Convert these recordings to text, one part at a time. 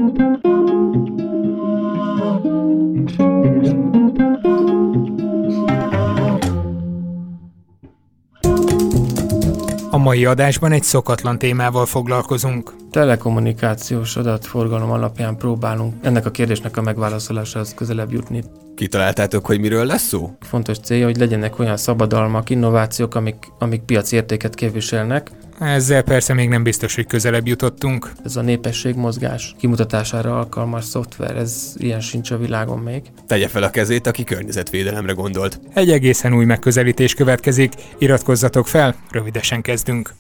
A mai adásban egy szokatlan témával foglalkozunk. Telekommunikációs adatforgalom alapján próbálunk ennek a kérdésnek a megválaszolásához közelebb jutni. Kitaláltátok, hogy miről lesz szó? Fontos célja, hogy legyenek olyan szabadalmak, innovációk, amik piaci értéket képviselnek. Ezzel persze még nem biztos, hogy közelebb jutottunk. Ez a népességmozgás kimutatására alkalmas szoftver, ez ilyen sincs a világon még. Tegye fel a kezét, aki környezetvédelemre gondolt. Egy egészen új megközelítés következik. Iratkozzatok fel, rövidesen kezdünk.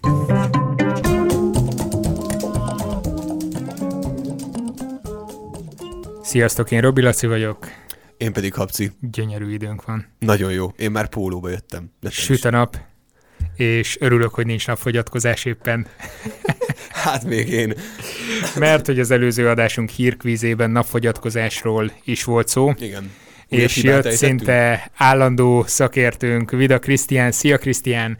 Sziasztok, én Robi Laci vagyok. Én pedig Habci. Gyönyörű időnk van. Nagyon jó, én már pólóba jöttem. Süt a nap, és örülök, hogy nincs napfogyatkozás éppen. Hát még én. Mert hogy az előző adásunk hírkvízében napfogyatkozásról is volt szó. Igen. És jött szinte állandó szakértőnk, Vida Krisztián. Szia, Krisztián!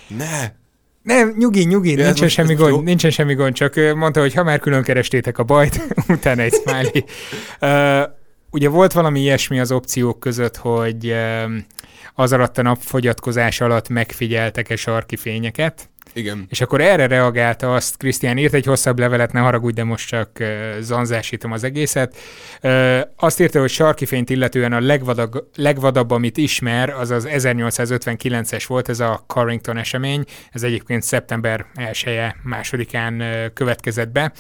Nem, nyugi, nincsen semmi gond, csak mondta, hogy ha már külön kerestétek a bajt, utána egy smiley. Ugye volt valami ilyesmi az opciók között, hogy az alatt a napfogyatkozás alatt megfigyeltek-e sarki fényeket. Igen. És akkor erre reagálta azt, Krisztián írt egy hosszabb levelet, ne haragudj, de most csak zanzásítom az egészet. Azt írta, hogy sarki fényt illetően a legvadabb, amit ismer, az az 1859-es volt, ez a Carrington esemény. Ez egyébként szeptember 1-2-án következett be.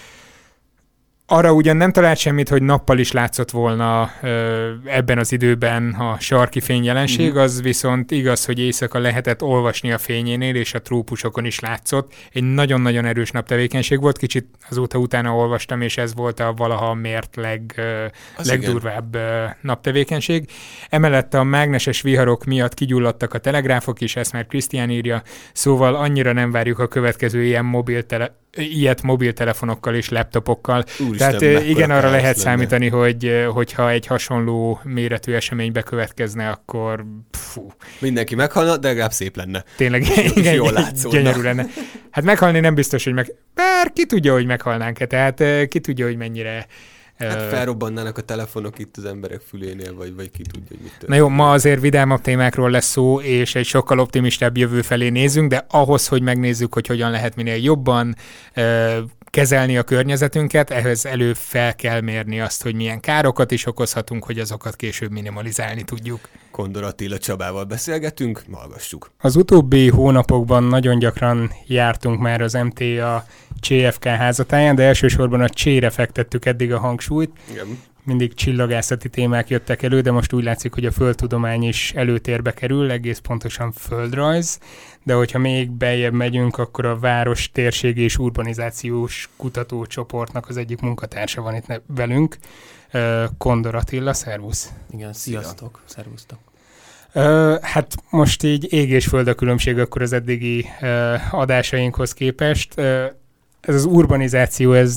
Arra ugyan nem talált semmit, hogy nappal is látszott volna ebben az időben a sarki fényjelenség, az viszont igaz, hogy éjszaka lehetett olvasni a fényénél, és a trópusokon is látszott. Egy nagyon-nagyon erős naptevékenység volt, kicsit azóta utána olvastam, és ez volt a valaha mért legdurvább naptevékenység. Emellett a mágneses viharok miatt kigyulladtak a telegráfok is, ezt már Krisztián írja, szóval annyira nem várjuk a következő ilyet mobiltelefonokkal és laptopokkal. Úristen, tehát igen, arra lehet lenne számítani, hogyha egy hasonló méretű esemény bekövetkezne, akkor mindenki meghalna, de legalább szép lenne. Tényleg, igen, jól látszódna. Gyönyörű lenne. Hát meghalni nem biztos, hogy bár ki tudja, hogy meghalnánk-e, tehát ki tudja, hogy mennyire... Hát felrobbannának a telefonok itt az emberek fülénél, vagy ki tudja, hogy mit történik. Na jó, ma azért vidámabb témákról lesz szó, és egy sokkal optimistább jövő felé nézünk, de ahhoz, hogy megnézzük, hogy hogyan lehet minél jobban kezelni a környezetünket, ehhez előbb fel kell mérni azt, hogy milyen károkat is okozhatunk, hogy azokat később minimalizálni tudjuk. Kondor Attila Csabával beszélgetünk, hallgassuk. Az utóbbi hónapokban nagyon gyakran jártunk már az MTA CFK házatáján, de elsősorban a C-re fektettük eddig a hangsúlyt. Igen. Mindig csillagászati témák jöttek elő, de most úgy látszik, hogy a földtudomány is előtérbe kerül, egész pontosan földrajz, de hogyha még beljebb megyünk, akkor a város térségi és urbanizációs kutatócsoportnak az egyik munkatársa van itt velünk, Kondor Attila, szervusz! Igen, sziasztok, szervusztok! Hát most így ég és föld a különbség akkor az eddigi adásainkhoz képest. Ez az urbanizáció, ez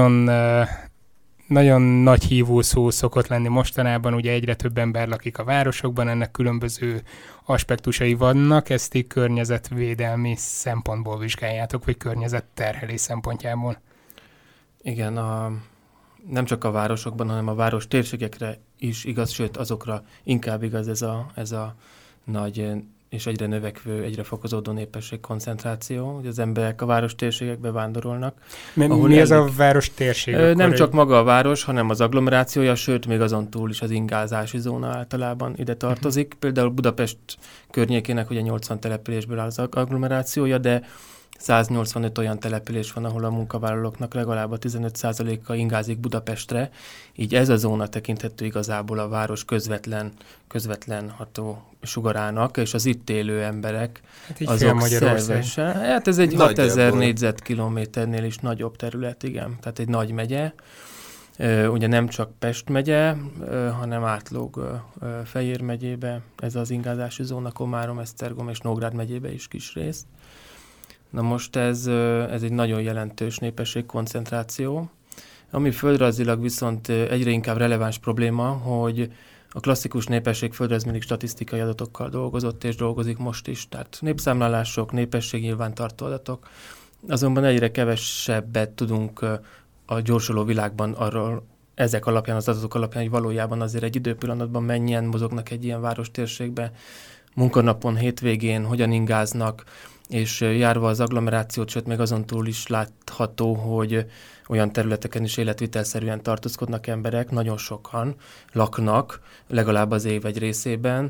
nagyon nagy hívószó szokott lenni mostanában, ugye egyre több ember lakik a városokban, ennek különböző aspektusai vannak, ezt így környezetvédelmi szempontból vizsgáljátok, vagy környezetterhelés szempontjából. Igen, nem csak a városokban, hanem a város térségekre is igaz, sőt azokra inkább igaz ez a nagy és egyre növekvő, egyre fokozódó népesség koncentráció, hogy az emberek a város térségekbe vándorolnak. Mi ez a város térség? Nem csak maga a város, hanem az agglomerációja, sőt még azon túl is az ingázási zóna általában ide tartozik. Például Budapest környékének ugye 80 településből áll az agglomerációja, de 185 olyan település van, ahol a munkavállalóknak legalább a 15%-a ingázik Budapestre, így ez a zóna tekinthető igazából a város közvetlen ható sugarának, és az itt élő emberek azok szervesen. Hát ez egy 6000 négyzetkilométernél is nagyobb terület, igen, tehát egy nagy megye. Ugye nem csak Pest megye, hanem átlóg Fejér megyébe, ez az ingázási zóna, Komárom, Esztergom és Nógrád megyébe is kis rész. Na most ez egy nagyon jelentős népességkoncentráció, ami földrajzilag viszont egyre inkább releváns probléma, hogy a klasszikus népesség földrajz mindig statisztikai adatokkal dolgozott és dolgozik most is, tehát népszámlálások, népesség nyilvántartó adatok, azonban egyre kevesebbet tudunk a gyorsuló világban arról, ezek alapján, az adatok alapján, hogy valójában azért egy időpillanatban mennyien mozognak egy ilyen várostérségbe, munkanapon, hétvégén, hogyan ingáznak, és járva az agglomerációt, sőt még azon túl is látható, hogy olyan területeken is életvitelszerűen tartózkodnak emberek, nagyon sokan laknak, legalább az év egy részében,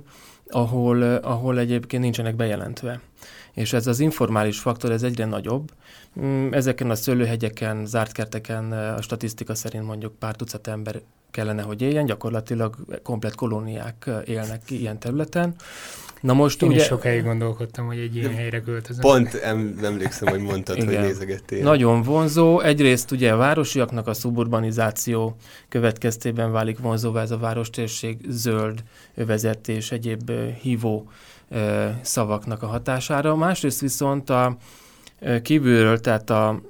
ahol egyébként nincsenek bejelentve. És ez az informális faktor, ez egyre nagyobb. Ezeken a szőlőhegyeken, zárt kerteken a statisztika szerint mondjuk pár tucat ember kellene, hogy éljen, gyakorlatilag komplett kolóniák élnek ilyen területen. Na most Én ugye, is sokáig gondolkodtam, hogy egy ilyen helyre költözöm. Pont emlékszem, hogy mondtad, hogy nézegettél. Nagyon vonzó. Egyrészt ugye a városiaknak a szuburbanizáció következtében válik vonzóvá ez a várostérség, zöld övezet és egyéb hívó szavaknak a hatására. Másrészt viszont a kívülről, tehát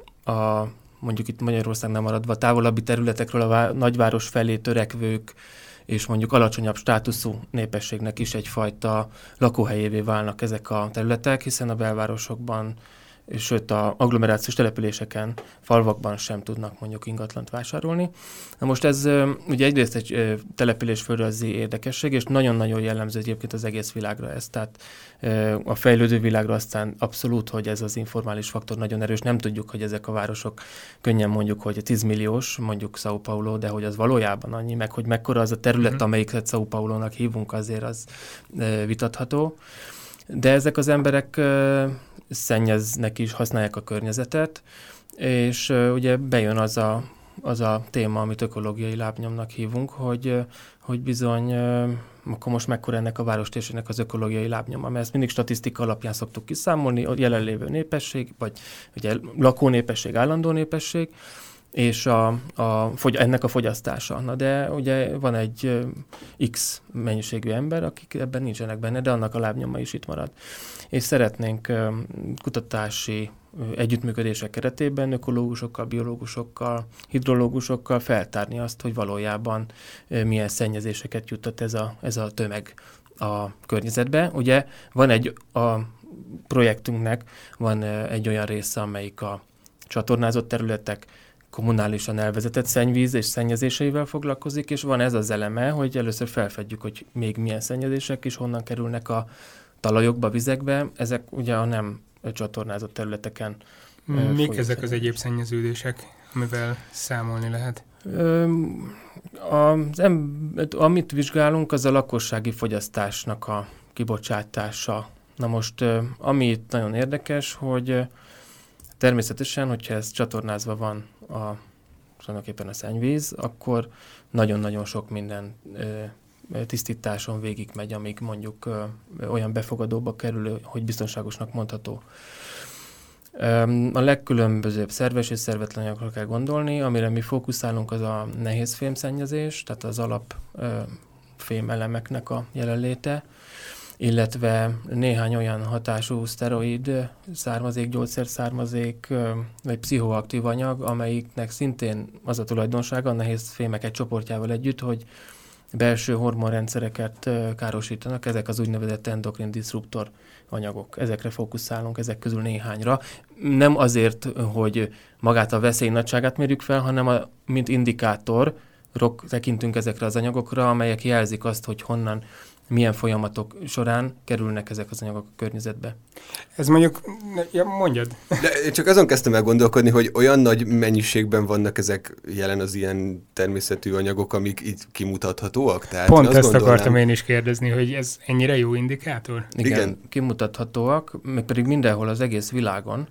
a mondjuk itt Magyarországnál maradva távolabbi területekről a nagyváros felé törekvők és mondjuk alacsonyabb státuszú népességnek is egyfajta lakóhelyévé válnak ezek a területek, hiszen a belvárosokban, sőt a agglomerációs településeken, falvakban sem tudnak mondjuk ingatlant vásárolni. Na most ez ugye egyrészt egy településföldrajzi érdekesség, és nagyon-nagyon jellemző egyébként az egész világra ez. Tehát a fejlődő világra aztán abszolút, hogy ez az informális faktor nagyon erős. Nem tudjuk, hogy ezek a városok könnyen mondjuk, hogy 10 milliós, mondjuk São Paulo, de hogy az valójában annyi, meg hogy mekkora az a terület, amelyiket São Paulónak hívunk, azért az vitatható. De ezek az emberek szennyeznek is, használják a környezetet, és ugye bejön az a téma, amit ökológiai lábnyomnak hívunk, hogy bizony, akkor most mekkora ennek a várostérségnek az ökológiai lábnyoma, mert ezt mindig statisztika alapján szoktuk kiszámolni, a jelenlévő népesség, vagy ugye lakónépesség, állandó népesség, és ennek a fogyasztása. Na de ugye van egy X mennyiségű ember, akik ebben nincsenek benne, de annak a lábnyoma is itt marad. És szeretnénk kutatási együttműködések keretében ökológusokkal, biológusokkal, hidrológusokkal feltárni azt, hogy valójában milyen szennyezéseket juttat ez a tömeg a környezetbe. Ugye a projektünknek van egy olyan része, amelyik a csatornázott területek kommunálisan elvezetett szennyvíz és szennyezéseivel foglalkozik, és van ez az eleme, hogy először felfedjük, hogy még milyen szennyezések is honnan kerülnek a talajokba, vizekbe. Ezek ugye a nem csatornázott területeken. Mik ezek az egyéb szennyeződések, amivel számolni lehet? Amit vizsgálunk, az a lakossági fogyasztásnak a kibocsátása. Na most, ami itt nagyon érdekes, hogy természetesen, hogyha ez csatornázva van tulajdonképpen a szennyvíz, akkor nagyon-nagyon sok minden tisztításon végigmegy, amíg mondjuk olyan befogadóba kerül, hogy biztonságosnak mondható. A legkülönbözőbb szerves és szervetlen anyagokra kell gondolni, amire mi fókuszálunk, az a nehéz fémszennyezés, tehát az alap fémelemeknek a jelenléte, illetve néhány olyan hatású szteroid származék, gyógyszerszármazék, vagy pszichoaktív anyag, amelyiknek szintén az a tulajdonsága a nehéz fémek egy csoportjával együtt, hogy belső hormonrendszereket károsítanak, ezek az úgynevezett endokrin diszruptor anyagok. Ezekre fókuszálunk, ezek közül néhányra. Nem azért, hogy magát a veszély nagyságát mérjük fel, hanem mint indikátor tekintünk ezekre az anyagokra, amelyek jelzik azt, hogy honnan, milyen folyamatok során kerülnek ezek az anyagok a környezetbe. Ez mondjuk, mondjad. De csak azon kezdtem el gondolkodni, hogy olyan nagy mennyiségben vannak ezek jelen az ilyen természetű anyagok, amik itt kimutathatóak? Tehát pont ezt akartam én is kérdezni, hogy ez ennyire jó indikátor? Igen, kimutathatóak, meg pedig mindenhol az egész világon.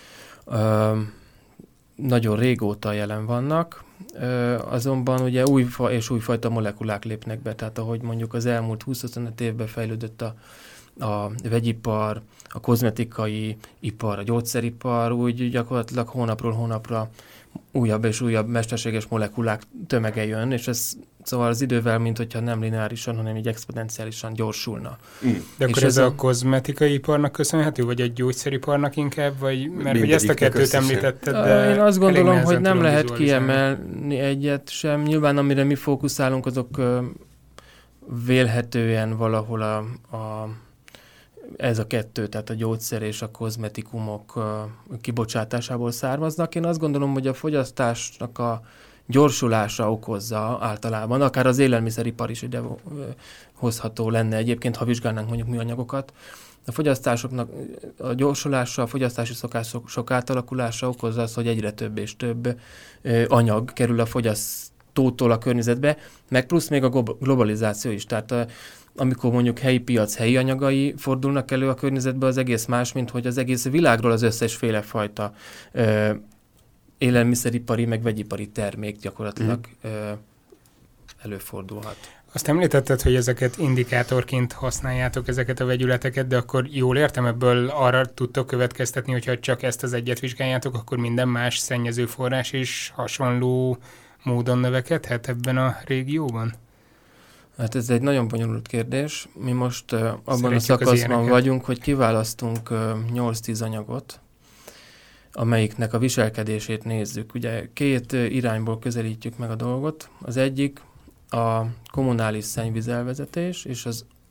Nagyon régóta jelen vannak, azonban ugye újfajta molekulák lépnek be, tehát ahogy mondjuk az elmúlt 20-25 évben fejlődött a vegyipar, a kozmetikai ipar, a gyógyszeripar, úgy gyakorlatilag hónapról hónapra újabb és újabb mesterséges molekulák tömege jön, és ez szóval az idővel, mint hogyha nem lineárisan, hanem így exponenciálisan gyorsulna. De akkor ez a kozmetikai iparnak köszönhető, vagy a gyógyszeriparnak inkább, vagy mert hogy ezt a kettőt említetted, de én azt gondolom, hogy nem lehet kiemelni egyet sem. Nyilván amire mi fókuszálunk, azok vélhetően valahol ez a kettő, tehát a gyógyszer és a kozmetikumok kibocsátásából származnak. Én azt gondolom, hogy a fogyasztásnak a gyorsulása okozza általában, akár az élelmiszeripar is ide hozható lenne egyébként, ha vizsgálnánk mondjuk műanyagokat. A fogyasztásoknak a gyorsulása, a fogyasztási szokások átalakulása okozza az, hogy egyre több és több anyag kerül a fogyasztótól a környezetbe, meg plusz még a globalizáció is. Tehát amikor mondjuk helyi piac helyi anyagai fordulnak elő a környezetbe, az egész más, mint hogy az egész világról az összesféle fajta élelmiszeripari, meg vegyipari termék gyakorlatilag előfordulhat. Azt említetted, hogy ezeket indikátorként használjátok, ezeket a vegyületeket, de akkor jól értem, ebből arra tudtok következtetni, hogyha csak ezt az egyet vizsgáljátok, akkor minden más szennyező forrás is hasonló módon növekedhet ebben a régióban? Hát ez egy nagyon bonyolult kérdés. Mi most abban a szakaszban vagyunk, hogy kiválasztunk 8-10 anyagot, amelyiknek a viselkedését nézzük. Ugye 2 irányból közelítjük meg a dolgot. Az egyik a kommunális szennyvízelvezetés, és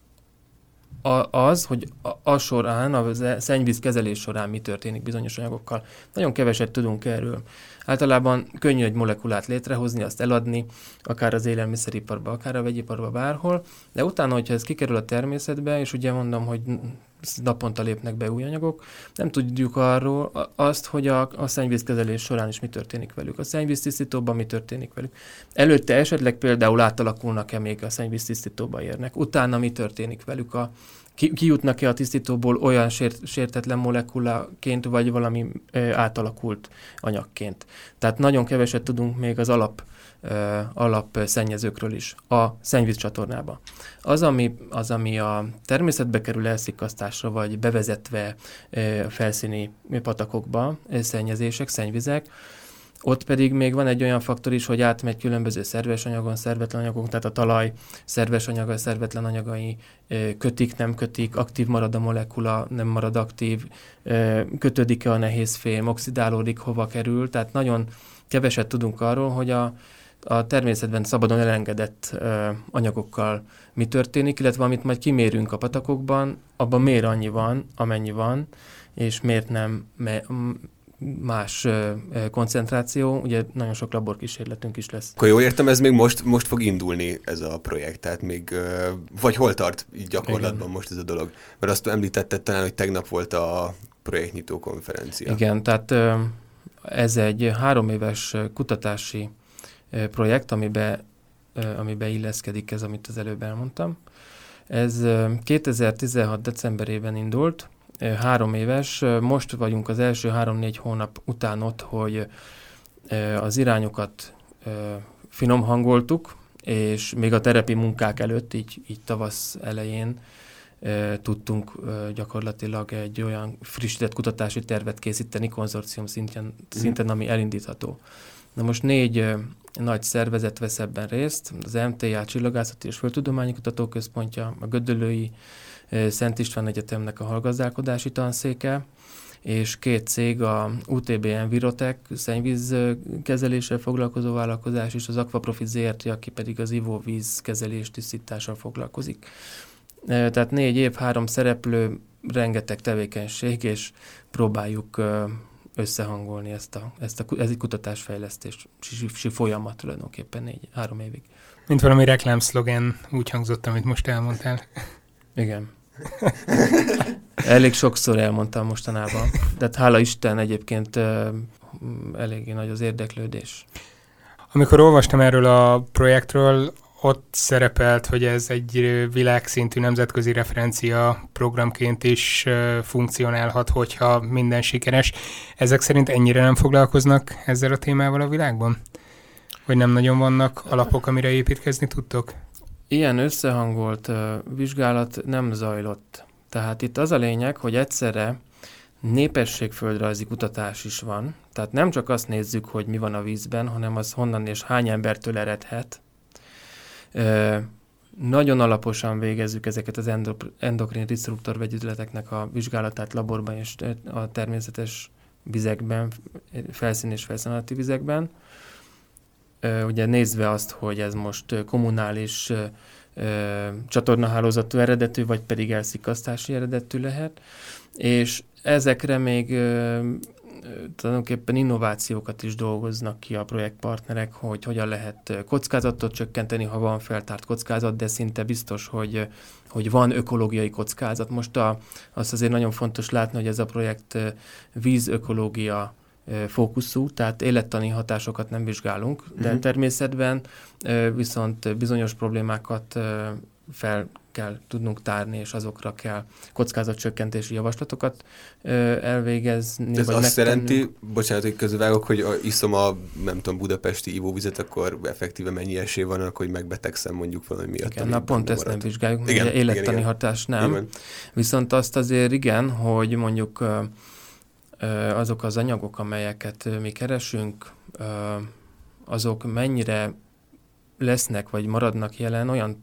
az, hogy a során, a szennyvízkezelés során mi történik bizonyos anyagokkal. Nagyon keveset tudunk erről. Általában könnyű egy molekulát létrehozni, azt eladni, akár az élelmiszeriparba, akár a vegyiparba, bárhol, de utána, hogyha ez kikerül a természetbe, és ugye mondom, hogy naponta lépnek be új anyagok, nem tudjuk arról azt, hogy a szennyvízkezelés során is mi történik velük. A szennyvíztisztítóban mi történik velük. Előtte esetleg például átalakulnak-e még a szennyvíztisztítóba érnek. Utána mi történik velük? Kijutnak-e a tisztítóból olyan sértetlen molekulaként, vagy valami átalakult anyagként. Tehát nagyon keveset tudunk még az alap szennyezőkről is a szennyvízcsatornába. Az, ami a természetbe kerül elszikasztásra, vagy bevezetve felszíni patakokba, szennyezések, szennyvizek, ott pedig még van egy olyan faktor is, hogy átmegy különböző szerves anyagon, szervetlen anyagok, tehát a talaj szerves anyagai, szervetlen anyagai kötik, nem kötik, aktív marad a molekula, nem marad aktív, kötődik-e a nehézfém, oxidálódik, hova kerül, tehát nagyon keveset tudunk arról, hogy a természetben szabadon elengedett anyagokkal mi történik, illetve amit majd kimérünk a patakokban, abban miért annyi van, amennyi van, és miért nem más koncentráció, ugye nagyon sok laborkísérletünk is lesz. Akkor jól értem, ez még most fog indulni ez a projekt, tehát még, vagy hol tart így gyakorlatban igen. Most ez a dolog? Mert azt említetted talán, hogy tegnap volt a projektnyitó konferencia. Igen, tehát ez egy 3 éves kutatási projekt, amiben illeszkedik ez, amit az előbb elmondtam. Ez 2016. decemberében indult, 3 éves, most vagyunk az első 3-4 hónap után ott, hogy az irányokat finom hangoltuk, és még a terepi munkák előtt, így tavasz elején tudtunk gyakorlatilag egy olyan frissített kutatási tervet készíteni konzorcium szinten, ami elindítható. Na most 4 nagy szervezet vesz ebben részt, az MTA Csillagászati és Földtudományi Kutatóközpontja, a Gödöllői Szent István Egyetemnek a hallgazdálkodási tanszéke, és 2 cég, a UTB Envirotech szennyvízkezeléssel foglalkozó vállalkozás, és az Aquaprofit ZRT, aki pedig az ivóvízkezelés tisztítással foglalkozik. Tehát 4 év, 3 szereplő, rengeteg tevékenység, és próbáljuk összehangolni ez egy kutatásfejlesztési folyamat tulajdonképpen 3 évig. Mint valami reklámszlogen úgy hangzott, amit most elmondtál. Igen. Elég sokszor elmondtam mostanában, de hála Isten egyébként eléggé nagy az érdeklődés. Amikor olvastam erről a projektről, ott szerepelt, hogy ez egy világszintű nemzetközi referencia programként is funkcionálhat, hogyha minden sikeres. Ezek szerint ennyire nem foglalkoznak ezzel a témával a világban? Vagy nem nagyon vannak alapok, amire építkezni tudtok? Ilyen összehangolt vizsgálat nem zajlott. Tehát itt az a lényeg, hogy egyszerre népességföldrajzi kutatás is van. Tehát nem csak azt nézzük, hogy mi van a vízben, hanem az honnan és hány embertől eredhet. Nagyon alaposan végezzük ezeket az endokrin diszruptor vegyületeknek a vizsgálatát laborban és a természetes vizekben, felszín és felszín alatti vizekben. Ugye nézve azt, hogy ez most kommunális csatornahálózatú eredetű, vagy pedig elszikasztási eredetű lehet, és ezekre még tulajdonképpen innovációkat is dolgoznak ki a projektpartnerek, hogy hogyan lehet kockázatot csökkenteni, ha van feltárt kockázat, de szinte biztos, hogy van ökológiai kockázat. Most azt azért nagyon fontos látni, hogy ez a projekt vízökológia fókuszú, tehát élettani hatásokat nem vizsgálunk, de természetben viszont bizonyos problémákat fel kell tudnunk tárni, és azokra kell kockázatcsökkentési javaslatokat elvégezni. Ez azt jelenti, bocsánat, hogy közvágok, hogy iszom a, nem tudom, budapesti ivóvizet, akkor effektíve mennyi esély van, hogy megbetegszem mondjuk valami miatt. Igen, pont ezt nem vizsgáljuk, igen, élettani hatás nem. Igen. Viszont azt azért igen, hogy mondjuk azok az anyagok, amelyeket mi keresünk, azok mennyire lesznek, vagy maradnak jelen olyan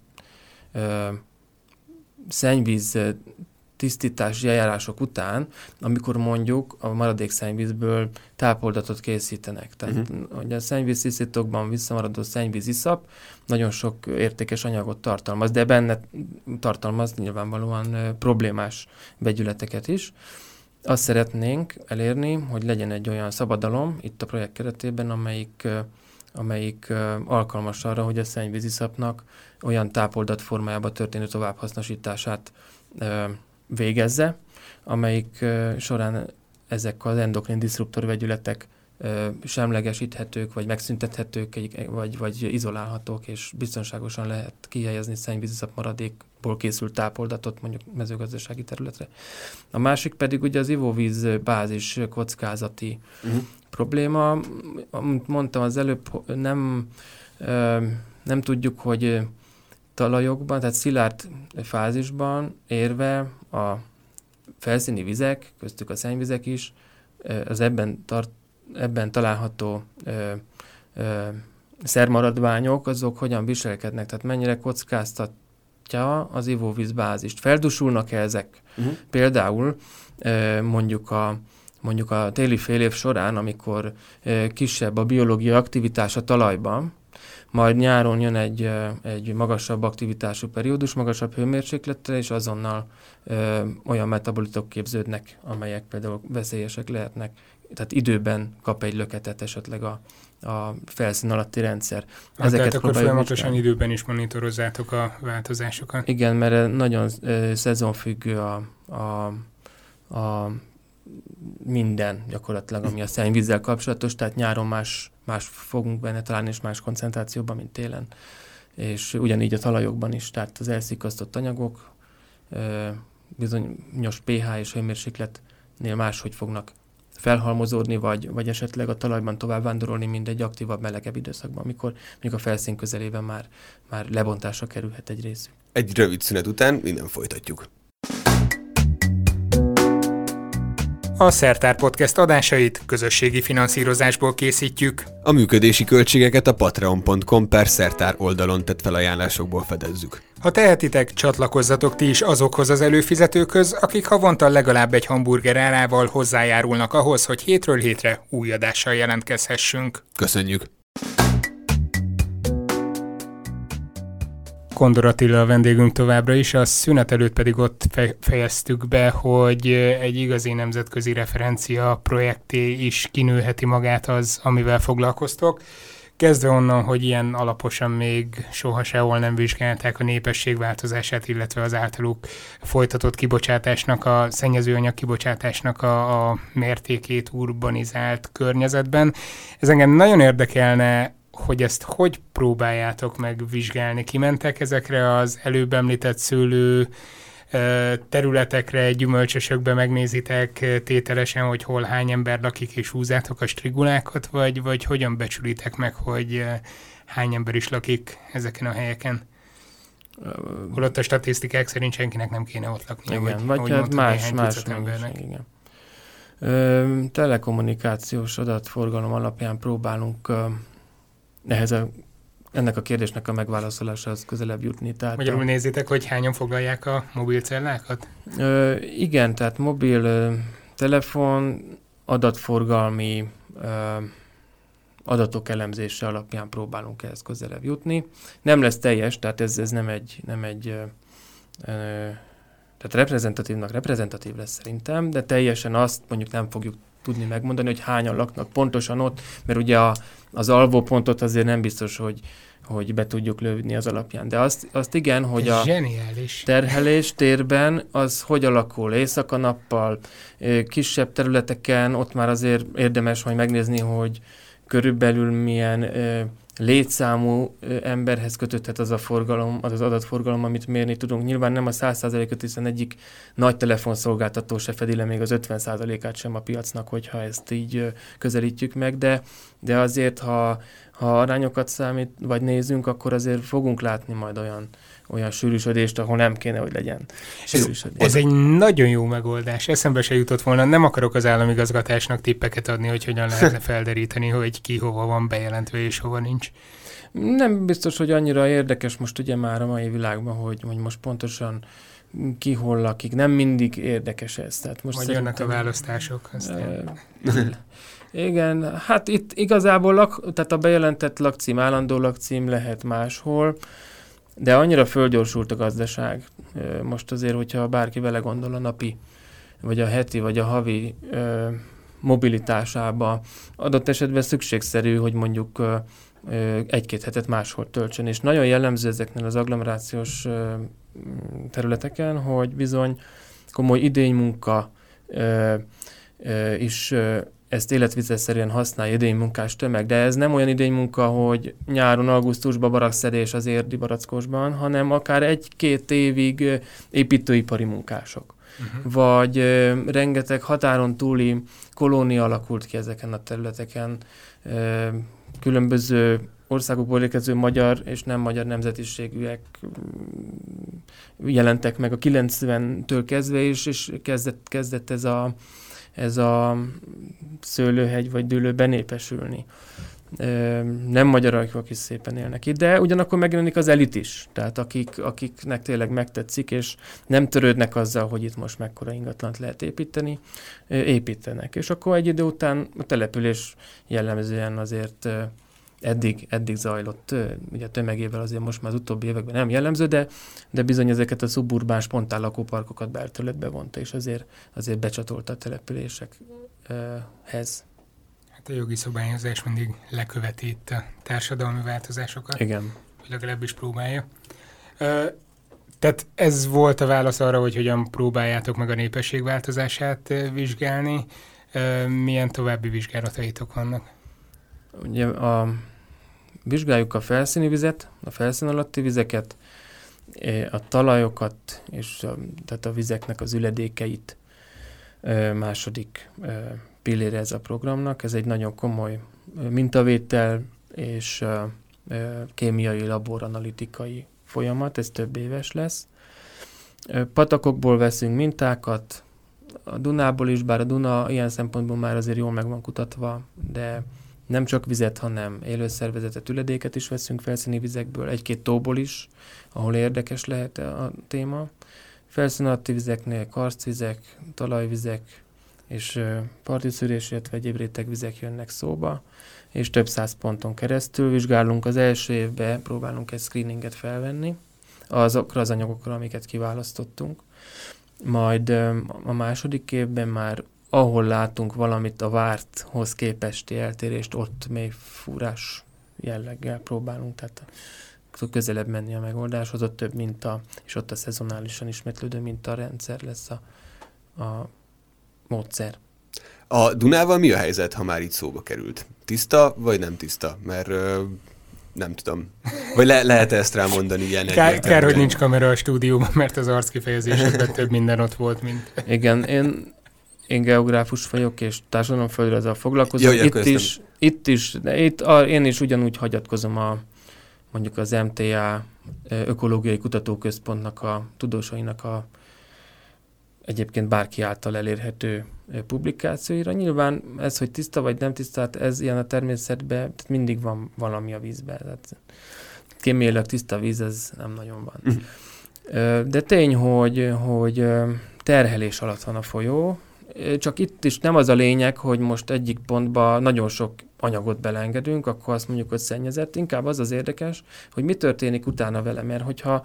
szennyvíz tisztítási eljárások után, amikor mondjuk a maradék szennyvízből tápoldatot készítenek. Tehát hogy a szennyvíztisztítókban visszamaradó szennyvíziszap nagyon sok értékes anyagot tartalmaz, de benne tartalmaz nyilvánvalóan problémás vegyületeket is. Azt szeretnénk elérni, hogy legyen egy olyan szabadalom itt a projekt keretében, amelyik alkalmas arra, hogy a szennyvíziszapnak olyan tápoldat formájába történő továbbhasznosítását végezze, amelyik során ezek az endokrin diszruptor vegyületek semlegesíthetők, vagy megszüntethetők, vagy izolálhatók, és biztonságosan lehet kihelyezni szennyvíziszap maradékból készült tápoldatot mondjuk mezőgazdasági területre. A másik pedig ugye az ivóvíz bázis kockázati probléma. Amit mondtam az előbb, nem tudjuk, hogy talajokban, tehát szilárd fázisban érve a felszíni vizek, köztük a szennyvizek is, az ebben található szermaradványok, azok hogyan viselkednek, tehát mennyire kockáztatja az ivóvíz bázist. Feldusulnak-e ezek? Például mondjuk a téli fél év során, amikor kisebb a biológiai aktivitás a talajban, majd nyáron jön egy magasabb aktivitású periódus, magasabb hőmérséklettel, és azonnal olyan metabolitok képződnek, amelyek például veszélyesek lehetnek. Tehát időben kap egy löketet esetleg a felszín alatti rendszer. Tehát akkor folyamatosan időben is monitorozzátok a változásokat? Igen, mert nagyon szezonfüggő a minden gyakorlatilag, ami a szennyvízzel kapcsolatos, tehát nyáron más fogunk benne találni, és más koncentrációban, mint télen. És ugyanígy a talajokban is, tehát az elszikasztott anyagok bizonyos pH és hőmérsékletnél máshogy fognak felhalmozódni, vagy esetleg a talajban tovább vándorolni, mint egy aktívabb, melegebb időszakban, amikor még a felszín közelében már lebontásra kerülhet egy részük. Egy rövid szünet után innen folytatjuk. A Szertár Podcast adásait közösségi finanszírozásból készítjük. A működési költségeket a patreon.com/szertár oldalon tett felajánlásokból fedezzük. Ha tehetitek, csatlakozzatok ti is azokhoz az előfizetőkhöz, akik havonta legalább egy hamburger árával hozzájárulnak ahhoz, hogy hétről hétre új adással jelentkezhessünk. Köszönjük! Kondor Attila a vendégünk továbbra is, a szünet előtt pedig ott fejeztük be, hogy egy igazi nemzetközi referencia projekté is kinőheti magát az, amivel foglalkoztok. Kezdve onnan, hogy ilyen alaposan még soha sehol nem vizsgálták a népességváltozását, illetve az általuk folytatott kibocsátásnak, a szennyezőanyag kibocsátásnak a mértékét urbanizált környezetben. Ez engem nagyon érdekelne, hogy ezt hogy próbáljátok meg vizsgálni. Kimentek ezekre az előbb említett szőlő területekre, gyümölcsösökbe, megnézitek tételesen, hogy hol hány ember lakik, és húzátok a strigulákat, vagy hogyan becsülitek meg, hogy hány ember is lakik ezeken a helyeken? Holott a statisztikák szerint senkinek nem kéne ott lakni. Igen, vagy hát más embernek. Igen. Telekommunikációs adatforgalom alapján próbálunk ennek a kérdésnek a megválaszolásához közelebb jutni. Magyarul nézitek, hogy hányan foglalják a mobilcellákat? Igen, tehát mobil telefon, adatforgalmi adatok elemzése alapján próbálunk ehhez közelebb jutni. Nem lesz teljes, tehát ez nem egy tehát reprezentatív lesz szerintem, de teljesen azt mondjuk nem fogjuk tudni megmondani, hogy hányan laknak pontosan ott, mert ugye az alvópontot azért nem biztos, hogy be tudjuk lőni az alapján. De azt igen, hogy a zseniális terhelés térben az hogy alakul éjszaka-nappal, kisebb területeken, ott már azért érdemes majd megnézni, hogy körülbelül milyen létszámú emberhez kötődhet az a forgalom, az adatforgalom, amit mérni tudunk. Nyilván nem a 100%-ot, hiszen egyik nagy telefonszolgáltató se fedi le még az 50%-át sem a piacnak, hogyha ezt így közelítjük meg, de azért, ha arányokat számít, vagy nézünk, akkor azért fogunk látni majd olyan sűrűsödést, ahol nem kéne, hogy legyen sűrűsödés. Ez egy nagyon jó megoldás. Eszembe se jutott volna. Nem akarok az államigazgatásnak tippeket adni, hogy hogyan lehetne felderíteni, hogy ki hova van bejelentve és hova nincs. Nem biztos, hogy annyira érdekes most ugye már a mai világban, hogy most pontosan ki hol lakik. Nem mindig érdekes ez. Tehát most majd jönnek a választások. Igen, hát itt igazából tehát a bejelentett lakcím, állandó lakcím lehet máshol, de annyira fölgyorsult a gazdaság. Most azért, hogyha bárki belegondol a napi, vagy a heti, vagy a havi mobilitásába, adott esetben szükségszerű, hogy mondjuk egy-két hetet máshol töltsön. És nagyon jellemző ezeknél az agglomerációs területeken, hogy bizony komoly idénymunka is ezt életvitelszerűen használja, idénymunkás tömeg, de ez nem olyan idénymunka, hogy nyáron, augusztusban barakszedés az érdi Barackosban, hanem akár 1-2 évig építőipari munkások. Vagy rengeteg határon túli kolónia alakult ki ezeken a területeken, különböző országokból érkező magyar és nem magyar nemzetiségűek jelentek meg a 90-től kezdve, és kezdett ez a szőlőhegy vagy dűlő benépesülni. Nem magyarok is szépen élnek itt, de ugyanakkor megjelenik az elit is, tehát akiknek tényleg megtetszik, és nem törődnek azzal, hogy itt most mekkora ingatlant lehet építeni, építenek. És akkor egy idő után a település jellemzően azért eddig zajlott, ugye tömegével azért most már az utóbbi években nem jellemző, de bizony ezeket a szuburbán spontán lakóparkokat belterületbe vonta, és azért becsatolta a településekhez. Hát a jogi szabályozás mindig leköveti itt a társadalmi változásokat. Igen. Legalábbis próbálja. Tehát ez volt a válasz arra, hogy hogyan próbáljátok meg a népességváltozását vizsgálni. Milyen további vizsgálataitok vannak? Ugye vizsgáljuk a felszíni vizet, a felszín alatti vizeket, a talajokat, és tehát a vizeknek az üledékeit. Második pillére ez a programnak. Ez egy nagyon komoly mintavétel és kémiai laboranalitikai folyamat, ez több éves lesz. Patakokból veszünk mintákat, a Dunából is, bár a Duna ilyen szempontból már azért jól meg van kutatva, de nem csak vizet, hanem élőszervezetet, üledéket is veszünk felszíni vizekből, 1-2 tóból is, ahol érdekes lehet a téma. Felszín alatti vizeknél karsztvizek, talajvizek és parti szűrés, illetve egyéb rétegvizek jönnek szóba, és több száz ponton keresztül vizsgálunk. Az első évben próbálunk egy screeninget felvenni azokra az anyagokra, amiket kiválasztottunk. Majd a második évben már ahol látunk valamit a várthoz képesti eltérést, ott mély fúrás jelleggel próbálunk, tehát közelebb menni a megoldáshoz, ott több minta, és ott a szezonálisan ismétlődő mintarendszer lesz a módszer. A Dunával mi a helyzet, ha már így szóba került? Tiszta, vagy nem tiszta? Mert nem tudom. Vagy lehet ezt rámondani ilyen egyértelműen? Kár, hogy nincs kamera a stúdióban, mert az arckifejezésekben több minden ott volt, mint... Igen, én geográfus vagyok, és társadalomföldrajzzal foglalkozom. Itt is, én is ugyanúgy hagyatkozom mondjuk az MTA Ökológiai Kutatóközpontnak a tudósainak egyébként bárki által elérhető publikációira. Nyilván ez, hogy tiszta vagy nem tiszta, hát ez ilyen a természetben, tehát mindig van valami a vízben. Tehát kémiailag tiszta víz, ez nem nagyon van. De tény, hogy terhelés alatt van a folyó, csak itt is nem az a lényeg, hogy most egyik pontban nagyon sok anyagot beleengedünk, akkor azt mondjuk, hogy szennyezett. Inkább az érdekes, hogy mi történik utána vele, mert hogyha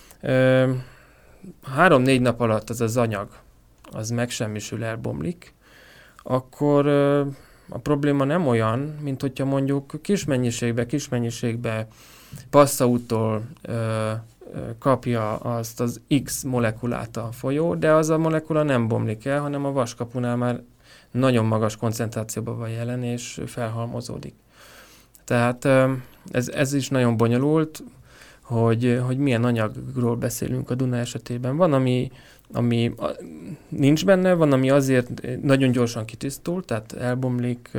3-4 nap alatt az anyag, az megsemmisül, elbomlik, akkor a probléma nem olyan, mint hogyha mondjuk kis mennyiségbe passzaúttól kapja azt az X molekulát a folyó, de az a molekula nem bomlik el, hanem a vaskapunál már nagyon magas koncentrációban van jelen, és felhalmozódik. Tehát ez is nagyon bonyolult, hogy milyen anyagról beszélünk a Duna esetében. Van, ami nincs benne, van, ami azért nagyon gyorsan kitisztul, tehát elbomlik,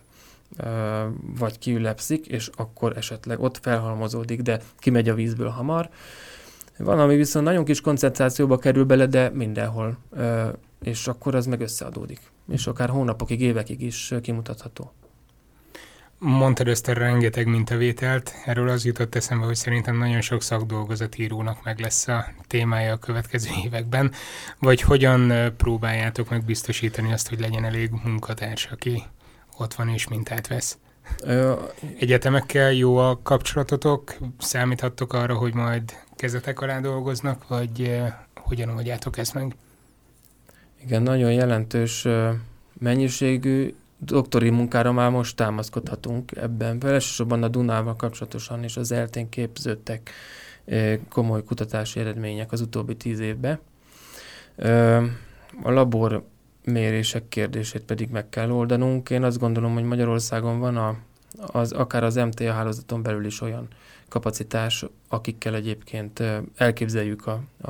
vagy kiülepszik, és akkor esetleg ott felhalmozódik, de kimegy a vízből hamar. Van, ami viszont nagyon kis koncentrációba kerül bele, de mindenhol, és akkor az meg összeadódik. És akár hónapokig, évekig is kimutatható. Mondtad ezt a rengeteg mintavételt, erről az jutott eszembe, hogy szerintem nagyon sok szakdolgozatírónak meg lesz a témája a következő években, vagy hogyan próbáljátok meg biztosítani azt, hogy legyen elég munkatárs, aki ott van és mintát vesz? Egyetemekkel jó a kapcsolatotok? Számíthattok arra, hogy majd kezetek alá dolgoznak, vagy hogyan oldjátok ezt meg? Igen, nagyon jelentős mennyiségű doktori munkára már most támaszkodhatunk ebben. Elsősorban a Dunával kapcsolatosan és az ELTE-n képződtek komoly kutatási eredmények az utóbbi 10 évben. A labor mérések kérdését pedig meg kell oldanunk. Én azt gondolom, hogy Magyarországon van akár az MTA hálózaton belül is olyan kapacitás, akikkel egyébként elképzeljük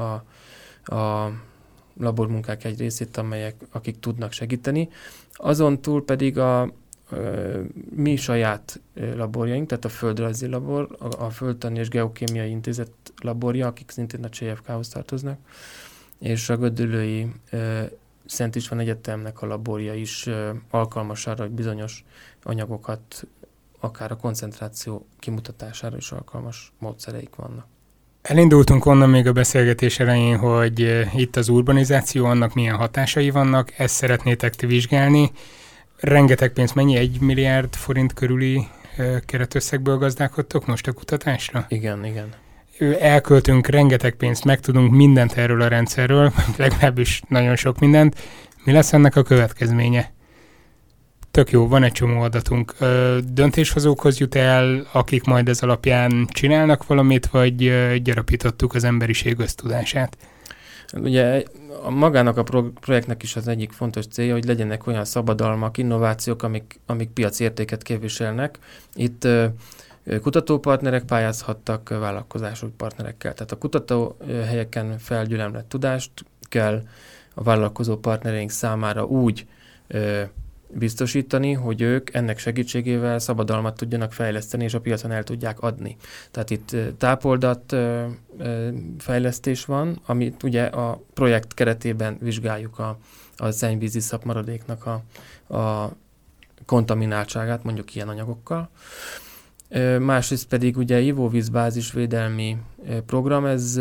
a labormunkák egy részét, akik tudnak segíteni. Azon túl pedig a mi saját laborjaink, tehát a Földrajzi Labor, a Földtani és Geokémiai Intézet laborja, akik szintén a CFK-hoz tartoznak, és a Gödöllői Szent István Egyetemnek a laborja is alkalmas arra, hogy bizonyos anyagokat, akár a koncentráció kimutatására is alkalmas módszereik vannak. Elindultunk onnan még a beszélgetés elején, hogy itt az urbanizáció, annak milyen hatásai vannak, ezt szeretnétek ti vizsgálni. Rengeteg pénz, mennyi? 1 milliárd forint körüli keretösszegből gazdálkodtok most a kutatásra? Igen. Elköltünk rengeteg pénzt, megtudunk mindent erről a rendszerről, legalábbis nagyon sok mindent. Mi lesz ennek a következménye? Tök jó, van egy csomó adatunk. Döntéshozókhoz jut el, akik majd ez alapján csinálnak valamit, vagy gyarapítottuk az emberiség össztudását? Ugye magának a projektnek is az egyik fontos célja, hogy legyenek olyan szabadalmak, innovációk, amik piaci értéket képviselnek. Itt kutatópartnerek pályázhattak vállalkozások partnerekkel. Tehát a kutatóhelyeken felgyülemlett tudást kell a vállalkozó partnereink számára úgy biztosítani, hogy ők ennek segítségével szabadalmat tudjanak fejleszteni, és a piacon el tudják adni. Tehát itt tápoldat fejlesztés van, amit ugye a projekt keretében vizsgáljuk a szennyvízi szapmaradéknak a kontamináltságát, mondjuk ilyen anyagokkal. Másrészt pedig ugye ivóvízbázisvédelmi program, ez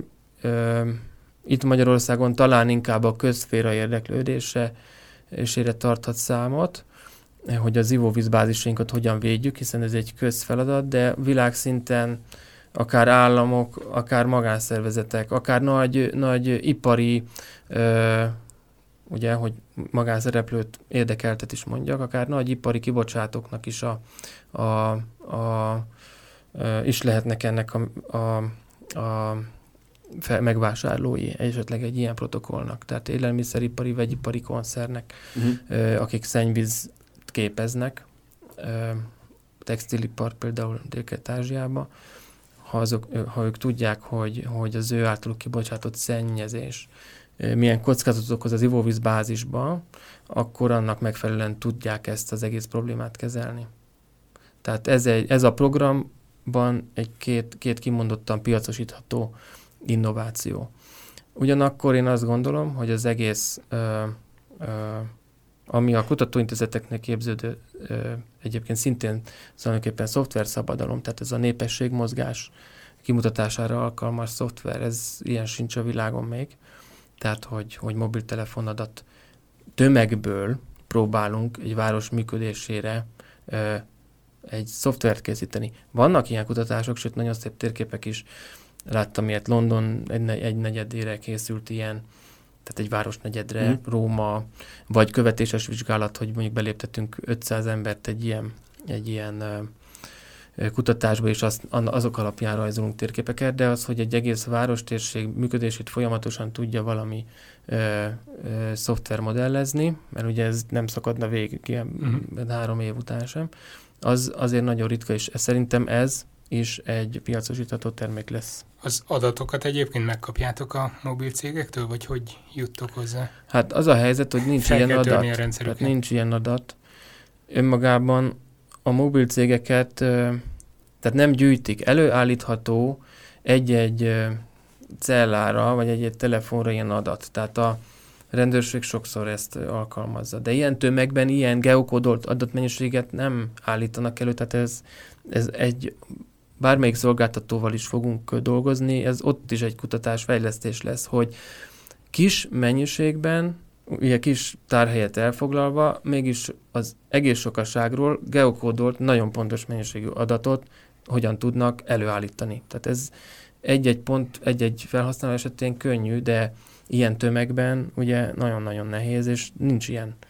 itt Magyarországon talán inkább a közszféra érdeklődésére tarthat számot, hogy az ivóvízbázisainkat hogyan védjük, hiszen ez egy közfeladat, de világszinten akár államok, akár magánszervezetek, akár nagy ipari, ugye, hogy magánszereplőt érdekeltet is mondjak, akár nagy ipari kibocsátóknak is is lehetnek ennek a megvásárlói esetleg egy ilyen protokollnak. Tehát élelmiszeripari, vegyipari koncernek, akik szennyvízt képeznek, textilipar például Dél-Kelet-Ázsiában, ha ők tudják, hogy az ő általuk kibocsátott szennyezés milyen kockázatot okoz az ivóvízbázisban, akkor annak megfelelően tudják ezt az egész problémát kezelni. Tehát ez a programban egy két kimondottan piacosítható innováció. Ugyanakkor én azt gondolom, hogy az egész, ami a kutatóintézeteknek képződő, egyébként szintén tulajdonképpen szoftverszabadalom, tehát ez a népességmozgás kimutatására alkalmas szoftver, ez ilyen sincs a világon még. Tehát, hogy mobiltelefonadat tömegből próbálunk egy város működésére egy szoftvert készíteni. Vannak ilyen kutatások, sőt nagyon szép térképek is. Láttam ilyet, London egy negyedére készült ilyen, tehát egy városnegyedre, Róma, vagy követéses vizsgálat, hogy mondjuk beléptettünk 500 embert egy ilyen kutatásba, és azok alapján rajzolunk térképeket, de az, hogy egy egész várostérség működését folyamatosan tudja valami szoftver modellezni, mert ugye ez nem szakadna végig ilyen 3 év után sem, az azért nagyon ritka, és szerintem ez is egy piacosítható termék lesz. Az adatokat egyébként megkapjátok a mobil cégektől, vagy hogy juttok hozzá? Hát az a helyzet, hogy nincs ilyen adat. Tehát nincs ilyen adat. Önmagában a mobil cégeket, tehát nem gyűjtik. Előállítható egy-egy cellára, vagy egy-egy telefonra ilyen adat. Tehát a rendőrség sokszor ezt alkalmazza. De ilyen tömegben ilyen geokódolt adatmennyiséget nem állítanak elő, tehát ez egy bármelyik szolgáltatóval is fogunk dolgozni, ez ott is egy kutatás-fejlesztés lesz, hogy kis mennyiségben, ugye kis tárhelyet elfoglalva, mégis az egész sokaságról geokódolt, nagyon pontos mennyiségű adatot hogyan tudnak előállítani. Tehát ez egy-egy pont, egy-egy felhasználó esetén könnyű, de ilyen tömegben ugye nagyon-nagyon nehéz, és nincs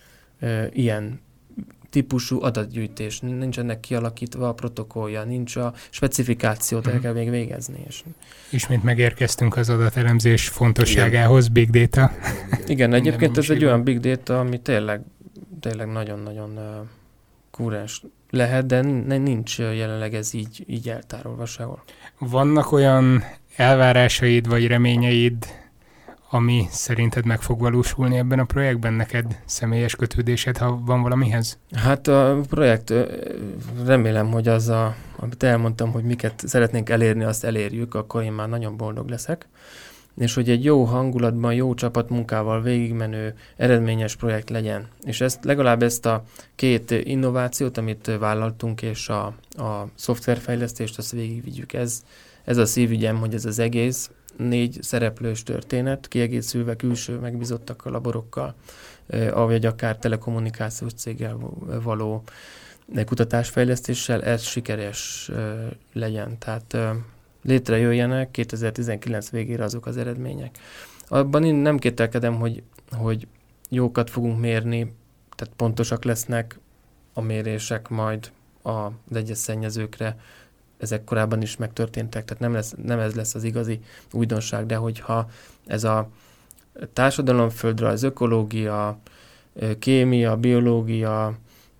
ilyen típusú adatgyűjtés, nincs ennek kialakítva a protokollja, nincs a specifikációt, el kell még végezni. És... Ismét megérkeztünk az adatelemzés fontosságához, big data. Igen, egyébként ez egy olyan big data, ami tényleg nagyon-nagyon kúrens lehet, de nincs jelenleg ez így eltárolva sehol. Vannak olyan elvárásaid vagy reményeid, ami szerinted meg fog valósulni ebben a projektben? Neked személyes kötődésed, ha van valamihez? Hát a projekt, remélem, hogy amit elmondtam, hogy miket szeretnénk elérni, azt elérjük, akkor én már nagyon boldog leszek. És hogy egy jó hangulatban, jó csapatmunkával végigmenő, eredményes projekt legyen. És legalább ezt a 2 innovációt, amit vállaltunk, és a szoftverfejlesztést, azt végigvigyük. Ez a szívügyem, hogy ez az egész 4 szereplős történet, kiegészülve külső megbízottakkal, laborokkal, vagy akár telekommunikációs céggel való kutatásfejlesztéssel, ez sikeres legyen. Tehát létrejöjjenek 2019 végére azok az eredmények. Abban én nem kételkedem, hogy jókat fogunk mérni, tehát pontosak lesznek a mérések majd az egyes szennyezőkre. Ezek korábban is megtörténtek, tehát nem ez lesz az igazi újdonság, de hogyha ez a társadalomföldrajz, ökológia, kémia, biológia,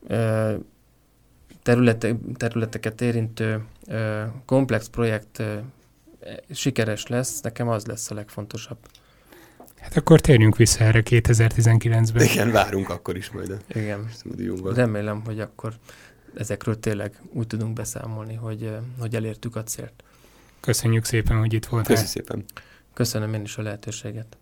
területeket érintő komplex projekt sikeres lesz, nekem az lesz a legfontosabb. Hát akkor térjünk vissza erre 2019-ben. Igen, várunk akkor is majd a Igen. stúdióban. Remélem, hogy akkor ezekről tényleg úgy tudunk beszámolni, hogy elértük a célt. Köszönjük szépen, hogy itt voltál. Köszönjük szépen. Köszönöm én is a lehetőséget.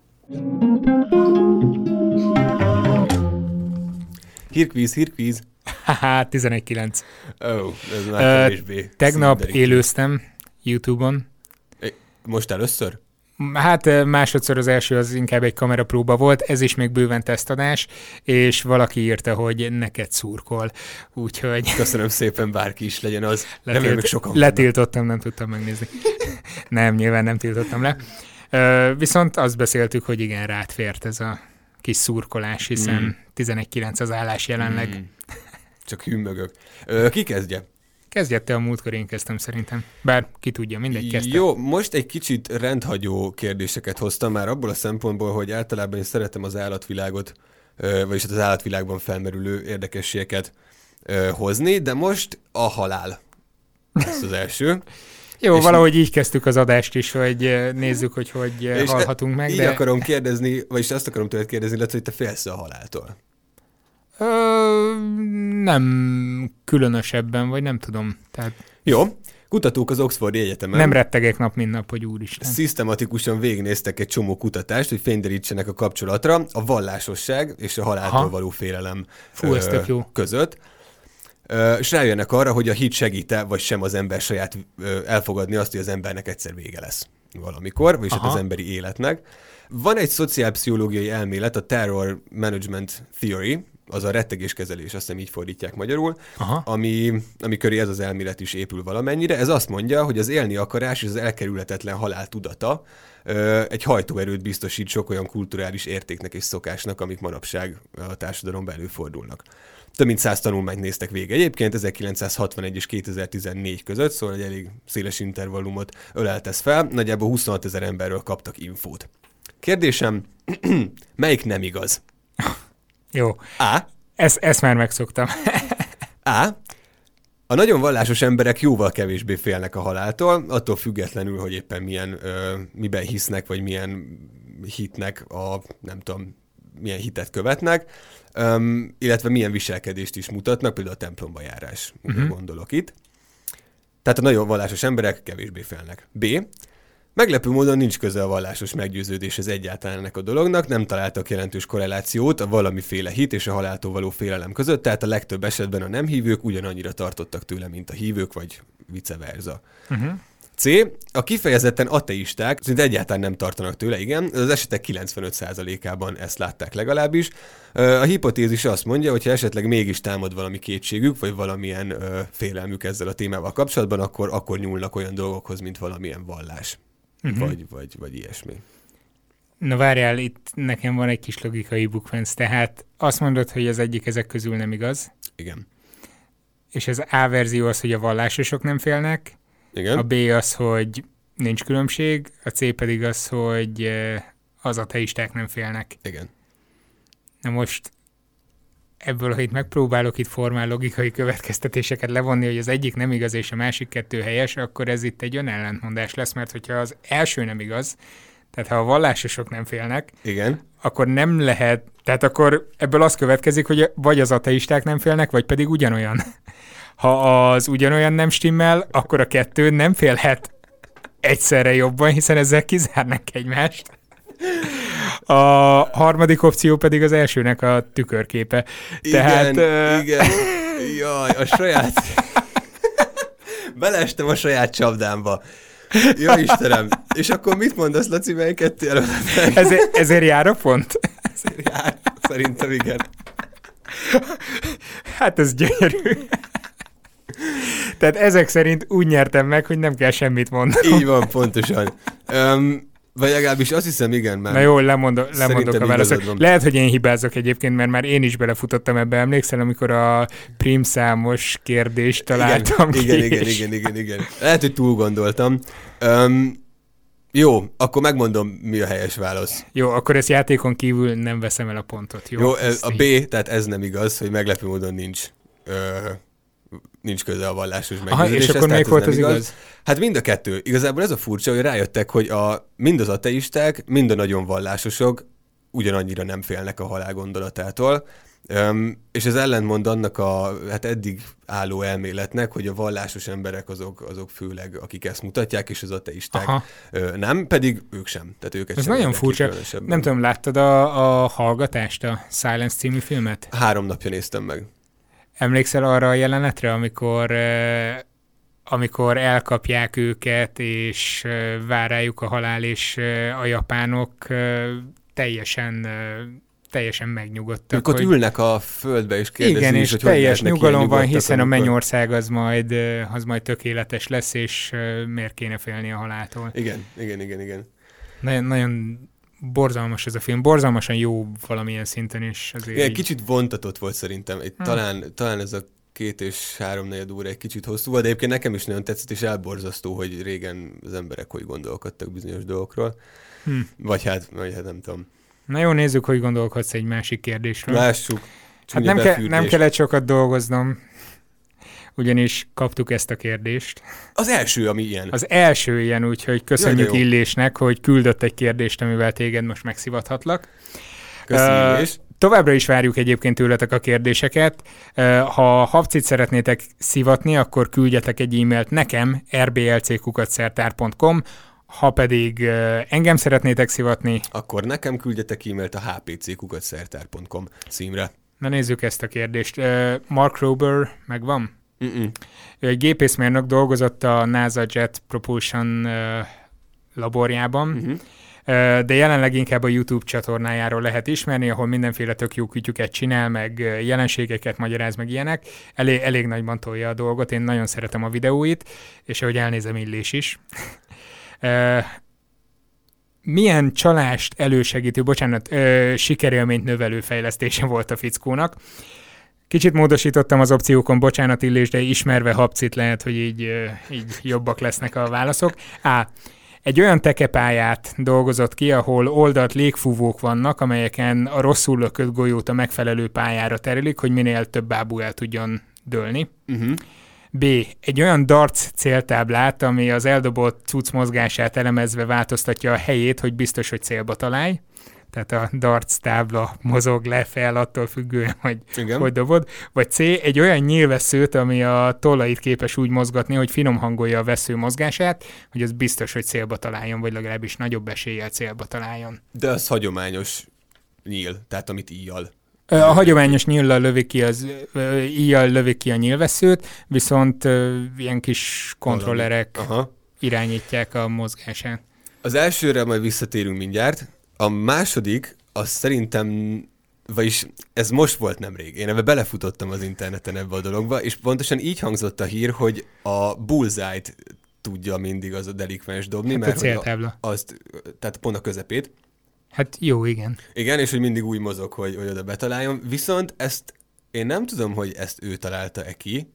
Hírkvíz. Haha, 11-9. Ez már kevésbé. Tegnap élőztem YouTube-on. Most először? Hát másodszor, az első az inkább egy kamerapróba volt, ez is még bőven tesztadás, és valaki írta, hogy neked szurkol, úgyhogy... Köszönöm szépen, bárki is legyen az. Remélem, hogy sokan letiltottam, nem tudtam megnézni. Nem, nyilván nem tiltottam le. Viszont azt beszéltük, hogy igen, rád fért ez a kis szurkolás, hiszen 11-9 az állás jelenleg. Csak hümmögök. Ki kezdje? Kezdjed te, a múltkor én kezdtem szerintem. Bár ki tudja, mindegy kezdte. Jó, most egy kicsit rendhagyó kérdéseket hoztam már abból a szempontból, hogy általában én szeretem az állatvilágot, vagyis az állatvilágban felmerülő érdekességeket hozni, de most a halál. Ez az első. Jó, valahogy így kezdtük az adást is, hogy nézzük, hogy halhatunk meg. Így akarom kérdezni, vagyis azt akarom tőled kérdezni, hogy te félsz a haláltól. Nem különösebben, vagy nem tudom. Tehát... Jó, kutatók az Oxfordi Egyetemen nem rettegek nap, mint nap, hogy úristen. Szisztematikusan végignéztek egy csomó kutatást, hogy fényderítsenek a kapcsolatra a vallásosság és a haláltól való félelem között. És rájönnek arra, hogy a hit segít-e, vagy sem az ember saját elfogadni azt, hogy az embernek egyszer vége lesz valamikor, vagyis az emberi életnek. Van egy szociálpszichológiai elmélet, a Terror Management Theory, az a rettegéskezelés, azt hiszem így fordítják magyarul, ami köré ez az elmélet is épül valamennyire. Ez azt mondja, hogy az élni akarás és az elkerülhetetlen halál tudata egy hajtóerőt biztosít sok olyan kulturális értéknek és szokásnak, amik manapság a társadalomban előfordulnak. Több mint 100 tanulmányt néztek végig egyébként 1961 és 2014 között, szóval egy elég széles intervallumot öleltesz fel, nagyjából 26 000 emberről kaptak infót. Kérdésem, melyik nem igaz? Jó. A. Ezt már megszoktam. A. A nagyon vallásos emberek jóval kevésbé félnek a haláltól, attól függetlenül, hogy éppen miben hisznek, vagy milyen hitnek nem tudom, milyen hitet követnek, illetve milyen viselkedést is mutatnak, például a templomba járás, gondolok itt. Tehát a nagyon vallásos emberek kevésbé félnek. B. Meglepő módon nincs köze a vallásos meggyőződéshez egyáltalán ennek a dolognak, nem találtak jelentős korrelációt a valamiféle hit és a haláltól való félelem között, tehát a legtöbb esetben a nem hívők ugyanannyira tartottak tőle, mint a hívők, vagy vice versa. C. A kifejezetten ateisták szinte egyáltalán nem tartanak tőle, igen, az esetek 95%-ában ezt látták legalábbis. A hipotézis azt mondja, hogy ha esetleg mégis támad valami kétségük, vagy valamilyen félelmük ezzel a témával kapcsolatban, akkor nyúlnak olyan dolgokhoz, mint valamilyen vallás. Vagy ilyesmi. Na várjál, itt nekem van egy kis logikai bukfenc, tehát azt mondod, hogy az egyik ezek közül nem igaz. Igen. És az A verzió az, hogy a vallásosok nem félnek, igen. A B az, hogy nincs különbség, a C pedig az, hogy az ateisták nem félnek. Igen. Na most ebből, ha itt megpróbálok itt formál logikai következtetéseket levonni, hogy az egyik nem igaz és a másik kettő helyes, akkor ez itt egy önellentmondás lesz, mert hogyha az első nem igaz, tehát ha a vallásosok nem félnek, igen. Akkor nem lehet, tehát akkor ebből az következik, hogy vagy az ateisták nem félnek, vagy pedig ugyanolyan. Ha az ugyanolyan nem stimmel, akkor a kettő nem félhet egyszerre jobban, hiszen ezzel kizárnak egymást. A harmadik opció pedig az elsőnek a tükörképe. Igen, igen. Jaj, a saját... Beleestem a saját csapdámba. Jó Istenem. És akkor mit mondasz, Laci, mely kettő előtt? Ezért jár a pont? Ezért jár. Szerintem igen. Hát ez gyönyörű. Tehát ezek szerint úgy nyertem meg, hogy nem kell semmit mondanom. Így van, pontosan. Vagy legalábbis azt hiszem, igen már. Na jó, lemondok a válaszok. Lehet, hogy én hibázok egyébként, mert már én is belefutottam ebbe. Emlékszel, amikor a prímszámos kérdést találtam Igen. Lehet, hogy túl gondoltam. Jó, akkor megmondom, mi a helyes válasz. Jó, akkor ezt játékon kívül nem veszem el a pontot. Jó, a B, tehát ez nem igaz, hogy meglepő módon nincs köze a vallásos meggyőződéshez. És akkor még volt az igaz? Hát mind a kettő. Igazából ez a furcsa, hogy rájöttek, hogy mind az ateisták, mind a nagyon vallásosok ugyanannyira nem félnek a halál gondolatától, és ez ellentmond annak a eddig álló elméletnek, hogy a vallásos emberek azok főleg, akik ezt mutatják, és az ateisták nem, pedig ők sem. Tehát őket ez sem nagyon furcsa. Nem tudom, láttad a Hallgatást, a Silence című filmet? 3 napja néztem meg. Emlékszel arra a jelenetre, amikor elkapják őket, és vár rájuk a halál, és a japánok teljesen megnyugodtak. Amikor ülnek a földbe, és kérdezik igen, és hogy teljes nyugalom van, hiszen a mennyország az majd tökéletes lesz, és miért kéne félni a haláltól. Igen. Nagyon borzalmas ez a film, borzalmasan jó valamilyen szinten is. Igen, kicsit vontatott volt szerintem. Talán ez a 2 és 3-4 óra egy kicsit hosszú volt, de egyébként nekem is nagyon tetszett, és elborzasztó, hogy régen az emberek hogy gondolkodtak bizonyos dolgokról. Vagy hát nem tudom. Na jó, nézzük, hogy gondolkodsz egy másik kérdésről. Lássuk. Hát nem kellett sokat dolgoznom, ugyanis kaptuk ezt a kérdést. Az első, ami ilyen. Az első ilyen, úgyhogy köszönjük Illésnek, hogy küldött egy kérdést, amivel téged most megszivathatlak. Köszönjük. Továbbra is várjuk egyébként tőletek a kérdéseket. Ha Habcit szeretnétek szivatni, akkor küldjetek egy e-mailt nekem, rblc@szertár.com, ha pedig engem szeretnétek szivatni, akkor nekem küldjetek e-mailt a hpc@szertár.com címre. Na nézzük ezt a kérdést. Mark Rober megvan? Ő egy gépészmérnök, dolgozott a NASA Jet Propulsion laborjában. de jelenleg inkább a YouTube csatornájáról lehet ismerni, ahol mindenféle tök jó kütyüket csinál, meg jelenségeket magyaráz, meg ilyenek. Elég nagyban tolja a dolgot, én nagyon szeretem a videóit, és ahogy elnézem, Illés is. Milyen csalást elősegítő, sikerélményt növelő fejlesztése volt a fickónak? Kicsit módosítottam az opciókon, bocsánat Illés, de ismerve Habcit lehet, hogy így jobbak lesznek a válaszok. Egy olyan tekepályát dolgozott ki, ahol oldalt légfúvók vannak, amelyeken a rosszul lökött golyót a megfelelő pályára terelik, hogy minél több bábú el tudjon dőlni. B. Egy olyan darts céltáblát, ami az eldobott cucc mozgását elemezve változtatja a helyét, hogy biztos, hogy célba találj. Tehát a darts tábla mozog le fel attól függően, hogy dobod. Vagy C. Egy olyan nyílvesszőt, ami a tollait képes úgy mozgatni, hogy finom hangolja a vessző mozgását, hogy az biztos, hogy célba találjon, vagy legalábbis nagyobb eséllyel célba találjon. De az hagyományos nyíl, tehát amit íjjal. A hagyományos nyíllal lövik ki a nyílvesszőt, viszont ilyen kis kontrollerek irányítják a mozgását. Az elsőre majd visszatérünk mindjárt. A második, az szerintem, vagyis ez most volt nemrég. Én ebbe belefutottam az interneten ebbe a dologba, és pontosan így hangzott a hír, hogy a bullseye-t tudja mindig az a delikvens dobni, hát mert a céltábla. Tehát pont a közepét. Hát jó, igen. Igen, és hogy mindig úgy mozog, hogy oda betaláljon. Viszont ezt, én nem tudom, hogy ezt ő találta-e ki,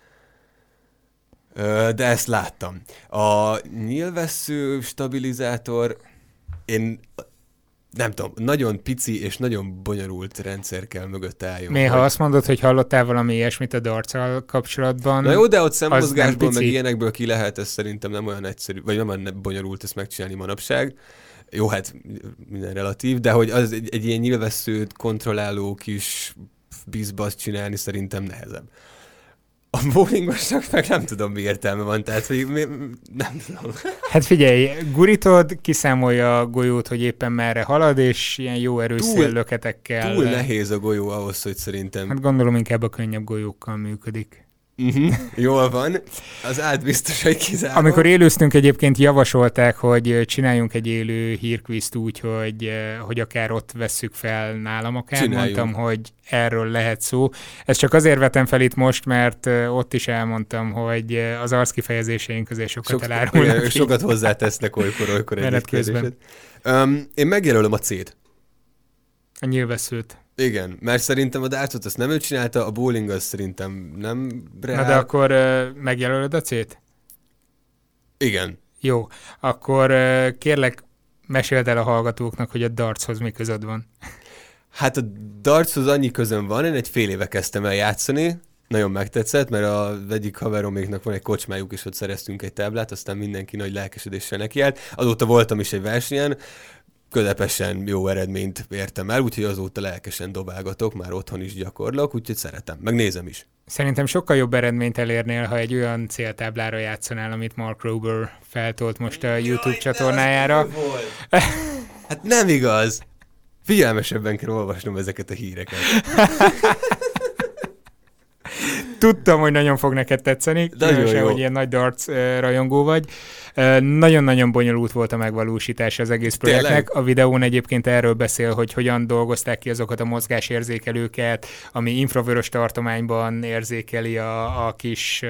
de ezt láttam. A nyílvessző stabilizátor, én nem tudom, nagyon pici és nagyon bonyolult rendszer kell mögött álljon. Néha azt mondod, hogy hallottál valami ilyesmit a dartcal kapcsolatban. Na jó, de ott szemmozgásból, meg ilyenekből ki lehet, ez szerintem nem olyan egyszerű, vagy nem olyan bonyolult ezt megcsinálni manapság. Jó, hát minden relatív, de hogy az egy ilyen nyilvesszőt kontrolláló kis bizbaszt csinálni szerintem nehezebb. A bowlingosnak meg nem tudom, mi értelme van, tehát hogy nem tudom. Hát figyelj, gurítod, kiszámolja a golyót, hogy éppen merre halad, és ilyen jó erőszél löketekkel. Túl nehéz a golyó ahhoz, hogy szerintem... Hát gondolom inkább a könnyebb golyókkal működik. Jól van, az át biztos, hogy kizárom. Amikor élőztünk, egyébként javasolták, hogy csináljunk egy élő hírkvízt úgy, hogy akár ott vesszük fel nálam akár. Csináljunk. Mondtam, hogy erről lehet szó. Ezt csak azért vetem fel itt most, mert ott is elmondtam, hogy az arckifejezéseink közé sokat elárulnak. Igen, sokat hozzátesznek olykor egy közben. Én megjelölöm a C-t. A nyílvesszőt. Igen, mert szerintem a dartsot azt nem ő csinálta, a bowling az szerintem nem reál. Na de akkor megjelölöd a C-t? Igen. Jó, akkor kérlek, meséld el a hallgatóknak, hogy a dartshoz mi közöd van. Hát a dartshoz annyi közön van, én egy fél éve kezdtem el játszani, nagyon megtetszett, mert az egyik haveroméknak van egy kocsmájuk, és ott szereztünk egy táblát, aztán mindenki nagy lelkesedéssel nekiállt. Azóta voltam is egy versenyen, közepesen jó eredményt értem el, úgyhogy azóta lelkesen dobálgatok, már otthon is gyakorlok, úgyhogy szeretem, megnézem is. Szerintem sokkal jobb eredményt elérnél, ha egy olyan céltáblára játszanál, amit Mark Rober feltolt most a YouTube csatornájára. Hát nem igaz! Figyelmesebben kell olvasnom ezeket a híreket. Tudtam, hogy nagyon fog neked tetszeni, különösen, hogy ilyen nagy darts rajongó vagy. Nagyon-nagyon bonyolult volt a megvalósítása az egész projektnek. Tényleg? A videón egyébként erről beszél, hogy hogyan dolgozták ki azokat a mozgásérzékelőket, ami infravörös tartományban érzékeli a kis...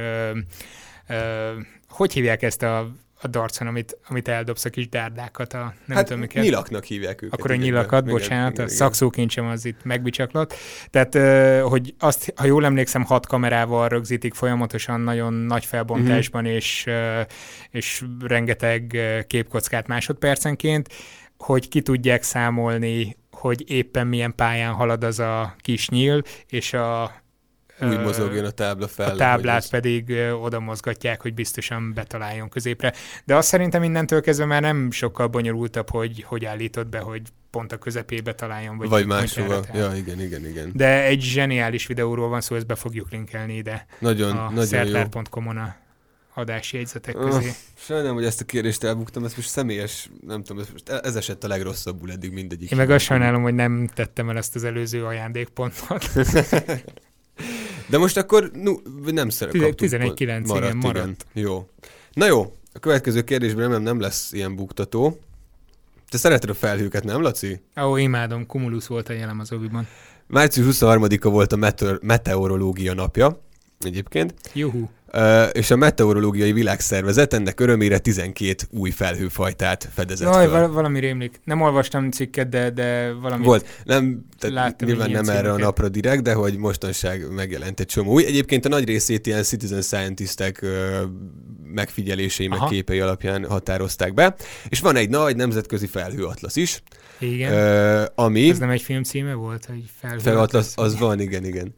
hogy hívják ezt a dartson, amit eldobsz, a kis dárdákat, nem tudom miket. Nyilaknak hívják őket. Akkor a nyilakat, bocsánat, a szakszókincsem az itt megbicsaklott. Tehát, hogy azt, ha jól emlékszem, 6 kamerával rögzítik folyamatosan, nagyon nagy felbontásban, és rengeteg képkockát másodpercenként, hogy ki tudják számolni, hogy éppen milyen pályán halad az a kis nyíl, és úgy mozogjon a tábla fel. A táblát pedig oda mozgatják, hogy biztosan betaláljon középre. De azt szerintem innentől kezdve már nem sokkal bonyolultabb, hogy állítod be, hogy pont a közepébe találjon. Vagy máshova. Ja, igen. De egy zseniális videóról van szó, ezt be fogjuk linkelni ide. Nagyon Szertár.com-on a adásjegyzetek közé. Sajnálom, hogy ezt a kérdést elbuktam, ez most személyes, nem tudom, ez esett a legrosszabbul eddig mindegyik. Én meg azt sajnálom, hogy nem tettem el ezt az előző ajándékpontot. De most akkor nem szeretem. 11-9, igen, maradt. Jó. Na jó, a következő kérdésben nem lesz ilyen buktató. Te szereted a felhőket, nem, Laci? Imádom, Cumulus volt a jelem az oviban. Március 23-a volt a meteorológia napja, egyébként. Juhu. És a Meteorológiai Világszervezet ennek örömére 12 új felhőfajtát fedezett fel. Valami rémlik. Nem olvastam cikket, de valami volt. Nem, nyilván nem erre a napra direkt, de hogy mostanság megjelent egy csomó új. Egyébként a nagy részét ilyen citizen scientistek megfigyelései, meg képei alapján határozták be. És van egy nagy nemzetközi felhőatlasz is. Igen. Ami... Ez nem egy film címe volt, hogy felhőatlasz? Az van, igen.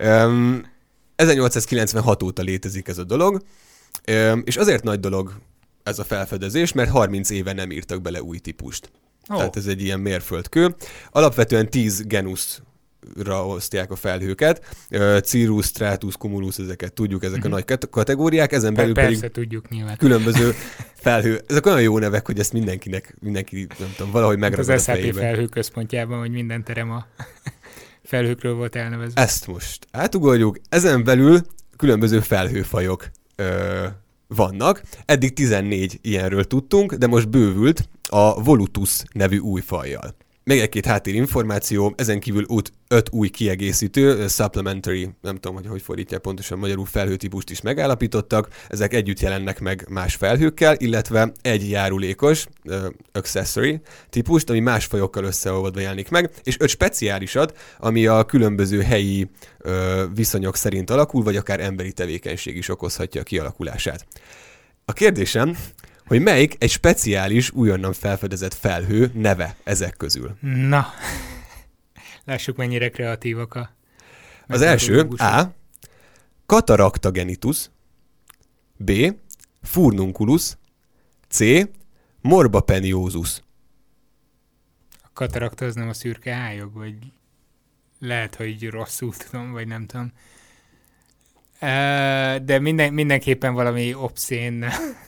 1896 óta létezik ez a dolog, és azért nagy dolog ez a felfedezés, mert 30 éve nem írtak bele új típust. Tehát ez egy ilyen mérföldkő. Alapvetően 10 genusra osztják a felhőket. Cirrus, Stratus, Cumulus, ezeket tudjuk, ezek a nagy kategóriák, ezen belül pedig tudjuk, nyilván. Különböző felhő. Ezek olyan jó nevek, hogy ezt mindenki, nem tudom, valahogy megragad a fejébe. Az SAP felhő központjában, hogy minden terem a felhőkről volt elnevezve. Ezt most átugorjuk. Ezen belül különböző felhőfajok vannak. Eddig 14 ilyenről tudtunk, de most bővült a Volutus nevű új fajjal. Még egy-két háttérinformáció, ezen kívül 5 új kiegészítő, supplementary, nem tudom, hogy fordítják pontosan magyarul, felhőtípust is megállapítottak, ezek együtt jelennek meg más felhőkkel, illetve egy járulékos, accessory típust, ami más fajokkal összeolvadva jelenik meg, és 5 speciálisat, ami a különböző helyi viszonyok szerint alakul, vagy akár emberi tevékenység is okozhatja a kialakulását. A kérdésem, hogy melyik egy speciális, újonnan felfedezett felhő neve ezek közül? Na, lássuk, mennyire kreatívak az első, A. Catharacta genitus, B. Furnunculus, C. Morba peniosus. A katarakta az nem a szürke hályog, vagy lehet, hogy rosszul tudom, vagy nem tudom. De mindenképpen valami obszén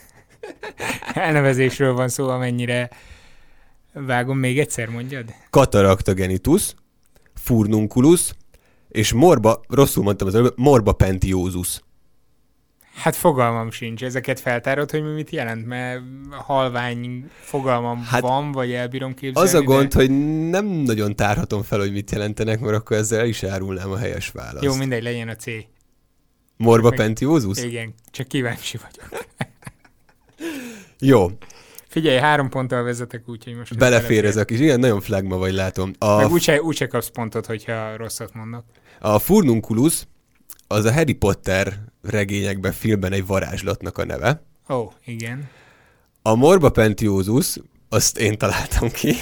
elnevezésről van szó, amennyire vágom. Még egyszer mondjad? Catharacta genitus, Furnunculus, és rosszul mondtam az előbb, Morba pentiosus. Hát fogalmam sincs. Ezeket feltárod, hogy mit jelent? Mert halvány fogalmam van, vagy elbírom képzelni. Az a gond, hogy nem nagyon tárhatom fel, hogy mit jelentenek, mert akkor ezzel el is árulnám a helyes választ. Jó, mindegy, legyen a C. Morba pentiosus? Igen, csak kíváncsi vagyok. Jó. Figyelj, 3 ponttal vezetek, úgyhogy most... Belefér ez a kis, igen, nagyon flagma vagy, látom. Meg úgyse kapsz pontot, hogyha rosszat mondok. A Furnunculus az a Harry Potter regényekben, filmben egy varázslatnak a neve. Igen. A Morba pentiosus, azt én találtam ki.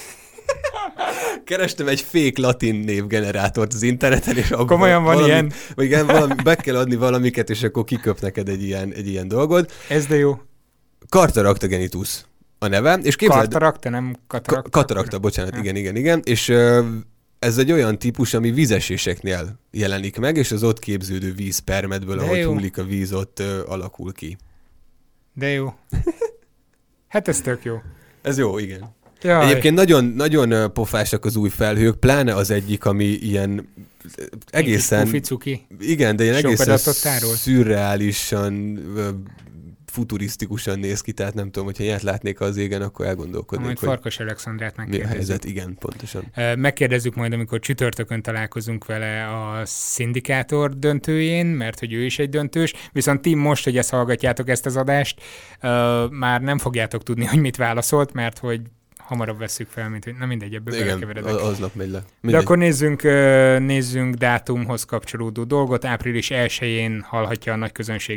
Kerestem egy fake latin névgenerátort az interneten, és akkor komolyan van ilyen? Vagy igen, be kell adni valamiket, és akkor kiköp neked egy ilyen dolgot. Ez de jó. Catharacta genitus a neve. És Catharacta, nem katarakta? Catharacta, bocsánat, igen. És ez egy olyan típus, ami vízeséseknél jelenik meg, és az ott képződő vízpermetből, ahogy humlik a víz, ott alakul ki. De jó. Hát ez tök jó. Ez jó, igen. Jaj. Egyébként nagyon, nagyon pofásak az új felhők, pláne az egyik, ami ilyen egészen... Puficuki. Igen, de ilyen egészen szürreálisan, futurisztikusan néz ki, tehát nem tudom, hogyha ilyet látnék az égen, akkor elgondolkodnék, majd Farkas Alexandrát megkérdezzük. Mi a helyzet? Igen, pontosan. Megkérdezzük majd, amikor csütörtökön találkozunk vele a szindikátor döntőjén, mert hogy ő is egy döntős, viszont ti most, hogy ezt hallgatjátok, ezt az adást, már nem fogjátok tudni, hogy mit válaszolt, mert hogy hamarabb vesszük fel, mint hogy... Na mindegy, ebből belekeveredek. Igen, aznap megy le. Mindegy. De akkor nézzünk dátumhoz kapcsolódó dolgot. Április 1-én hallhatja a nagy közönség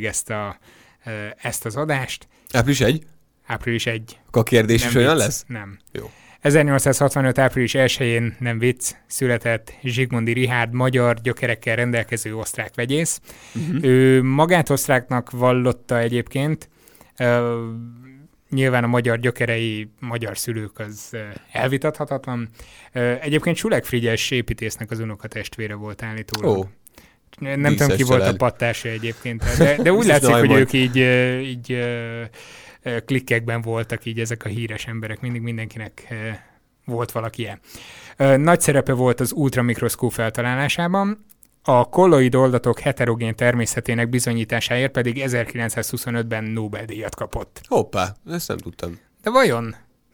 ezt az adást. Április 1? Április 1. A kérdés nem is olyan lesz? Nem. Jó. 1865. április 1-én, nem vicc, született Zsigmondy Richárd, magyar gyökerekkel rendelkező osztrák vegyész. Ő magát osztráknak vallotta egyébként. Nyilván a magyar gyökerei, magyar szülők az elvitathatatlan. Egyébként Sulek Frigyes építésznek az unokatestvére volt állítólag. Nem tudom, ki volt a pattársa egyébként, de úgy látszik, hogy ők így klikkekben voltak így ezek a híres emberek, mindig mindenkinek volt valaki ilyen. Nagy szerepe volt az ultramikroszkóp feltalálásában, a kolloid oldatok heterogén természetének bizonyításáért pedig 1925-ben Nobel-díjat kapott. Hoppá, ezt nem tudtam. De vajon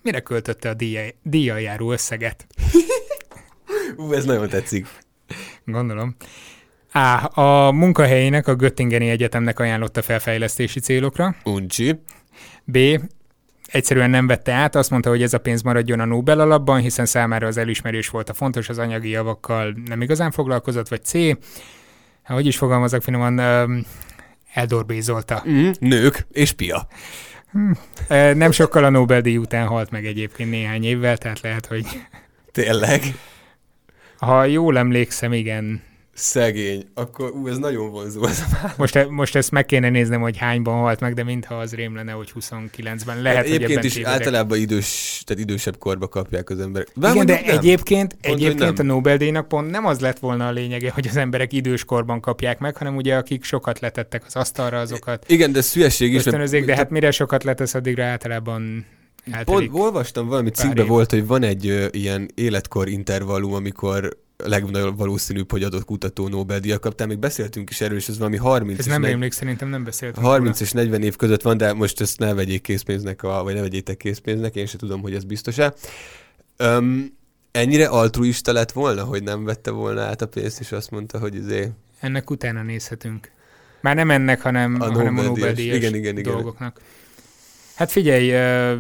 mire költötte a díjjal járó összeget? Ez nagyon tetszik. Gondolom. A. A munkahelyének a Göttingeni Egyetemnek ajánlotta fel fejlesztési célokra. Uncsi. B. Egyszerűen nem vette át, azt mondta, hogy ez a pénz maradjon a Nobel alapban, hiszen számára az elismerés volt a fontos, az anyagi javakkal nem igazán foglalkozott, vagy C. Hogy is fogalmazok finoman, eldorbézolta. Nők és pia. Nem sokkal a Nobel-díj után halt meg egyébként néhány évvel, tehát lehet, hogy... Tényleg? Ha jól emlékszem, igen. Szegény. Akkor ez nagyon vonzó. Most ezt meg kéne néznem, hogy hányban halt meg, de mintha az rém lenne, hogy 29-ben. Lehet, hogy egyébként is tévedek. Általában idősebb korba kapják az emberek. Igen, de egyébként a Nobel-díjnak pont nem az lett volna a lényege, hogy az emberek idős korban kapják meg, hanem ugye akik sokat letettek az asztalra, azokat. Igen, de ez hülyeség is. De hát mire sokat letesz, addigra általában eltelik. Olvastam valami cikkben volt, hogy van egy ilyen életkor intervallum, amikor a legnagyobb valószínűbb, hogy adott kutató Nobel-díjat kaptál. Még beszéltünk is erről, és ez valami 30 ez nem rémlik, szerintem nem beszéltünk. 30 és 40 év között van, de most ezt ne vegyék készpénznek, vagy ne vegyétek készpénznek, én sem tudom, hogy ez biztos-e. Ennyire altruista lett volna, hogy nem vette volna át a pénzt, és azt mondta, hogy ennek utána nézhetünk. Már nem ennek, hanem a Nobel-díjas dolgoknak. Hát figyelj,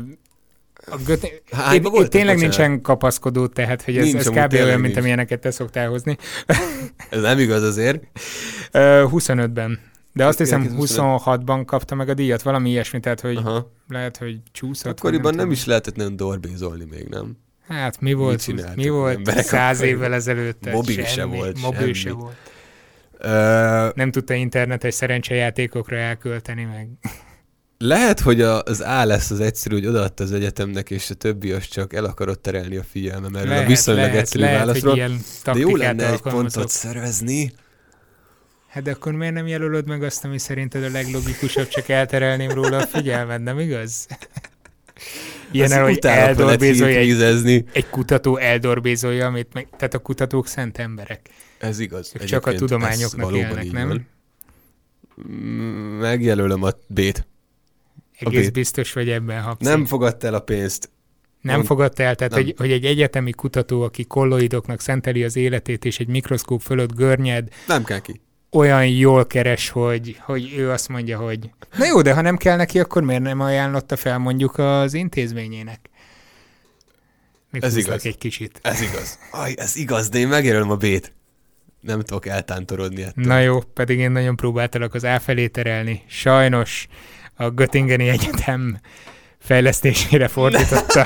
itt tényleg nincsen kapaszkodó, tehát hogy ez kb. Olyan, mint amilyeneket te szoktál hozni. Ez nem igaz azért. 25-ben. De azt hiszem 26-ban kapta meg a díjat, valami ilyesmi, tehát hogy lehet, hogy csúszott. Akkoriban nem is lehetett nem dorbézolni még, nem? Hát mi volt 100 évvel ezelőtt? Mobil se volt. Mobil se volt. Nem tudta internetes szerencsejátékokra elkölteni meg. Lehet, hogy az A lesz az egyszerű, hogy odaadta az egyetemnek, és a többi az csak el akarott terelni a figyelmem erről a viszonylag egyszerű válaszról. De jó lenne egy pontot szerezni. Hát de akkor miért nem jelölöd meg azt, ami szerinted a leglogikusabb, csak elterelném róla a figyelmed, nem igaz? Ilyen, hogy eldorbézolja egy kutató eldorbézolja, tehát a kutatók szent emberek. Ez igaz. Csak a tudományoknak élnek, nem? Megjelölöm a B-t. Egész biztos vagy ebben, Habszi. Nem fogadta el a pénzt. Nem fogadta el, tehát hogy egy egyetemi kutató, aki kolloidoknak szenteli az életét, és egy mikroszkóp fölött görnyed. Nem kell ki. Olyan jól keres, hogy ő azt mondja, hogy na jó, de ha nem kell neki, akkor miért nem ajánlotta fel mondjuk az intézményének? Még ez igaz. Egy kicsit. Ez igaz. Ez igaz, de én megjelölöm a B-t. Nem tudok eltántorodni ettől. Na jó, pedig én nagyon próbáltalak az A felé terelni. Sajnos a Göttingeni Egyetem fejlesztésére fordította.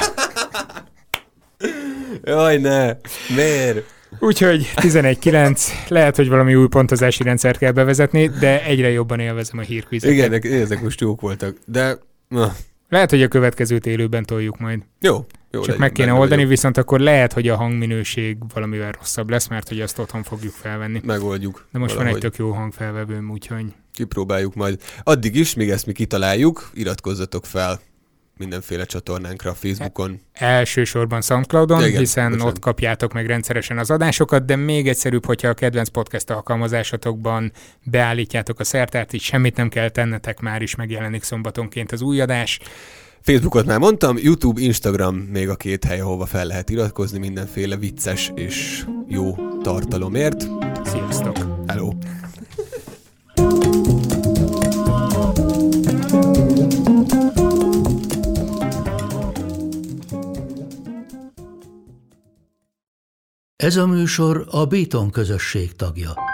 Jaj, ne! Miért? Úgyhogy 11-9, lehet, hogy valami új pontozási rendszert kell bevezetni, de egyre jobban élvezem a hírkvizeket. Igen, ezek most jók voltak, de... Lehet, hogy a következőt élőben toljuk majd. Jó. Csak meg kéne oldani, viszont akkor lehet, hogy a hangminőség valamivel rosszabb lesz, mert hogy azt otthon fogjuk felvenni. Megoldjuk. De most valahogy van egy tök jó hangfelvevőm, úgyhogy... Kipróbáljuk majd. Addig is, míg ezt mi kitaláljuk, iratkozzatok fel mindenféle csatornánkra, Facebookon. Elsősorban SoundCloudon, hiszen ott kapjátok meg rendszeresen az adásokat, de még egyszerűbb, hogyha a kedvenc podcast alkalmazásatokban beállítjátok a szertárt, így semmit nem kell tennetek, már is megjelenik szombatonként az új adás. Facebookot már mondtam, YouTube, Instagram még a 2 hely, ahova fel lehet iratkozni mindenféle vicces és jó tartalomért. Sziasztok! Hello! Ez a műsor a Béton közösség tagja.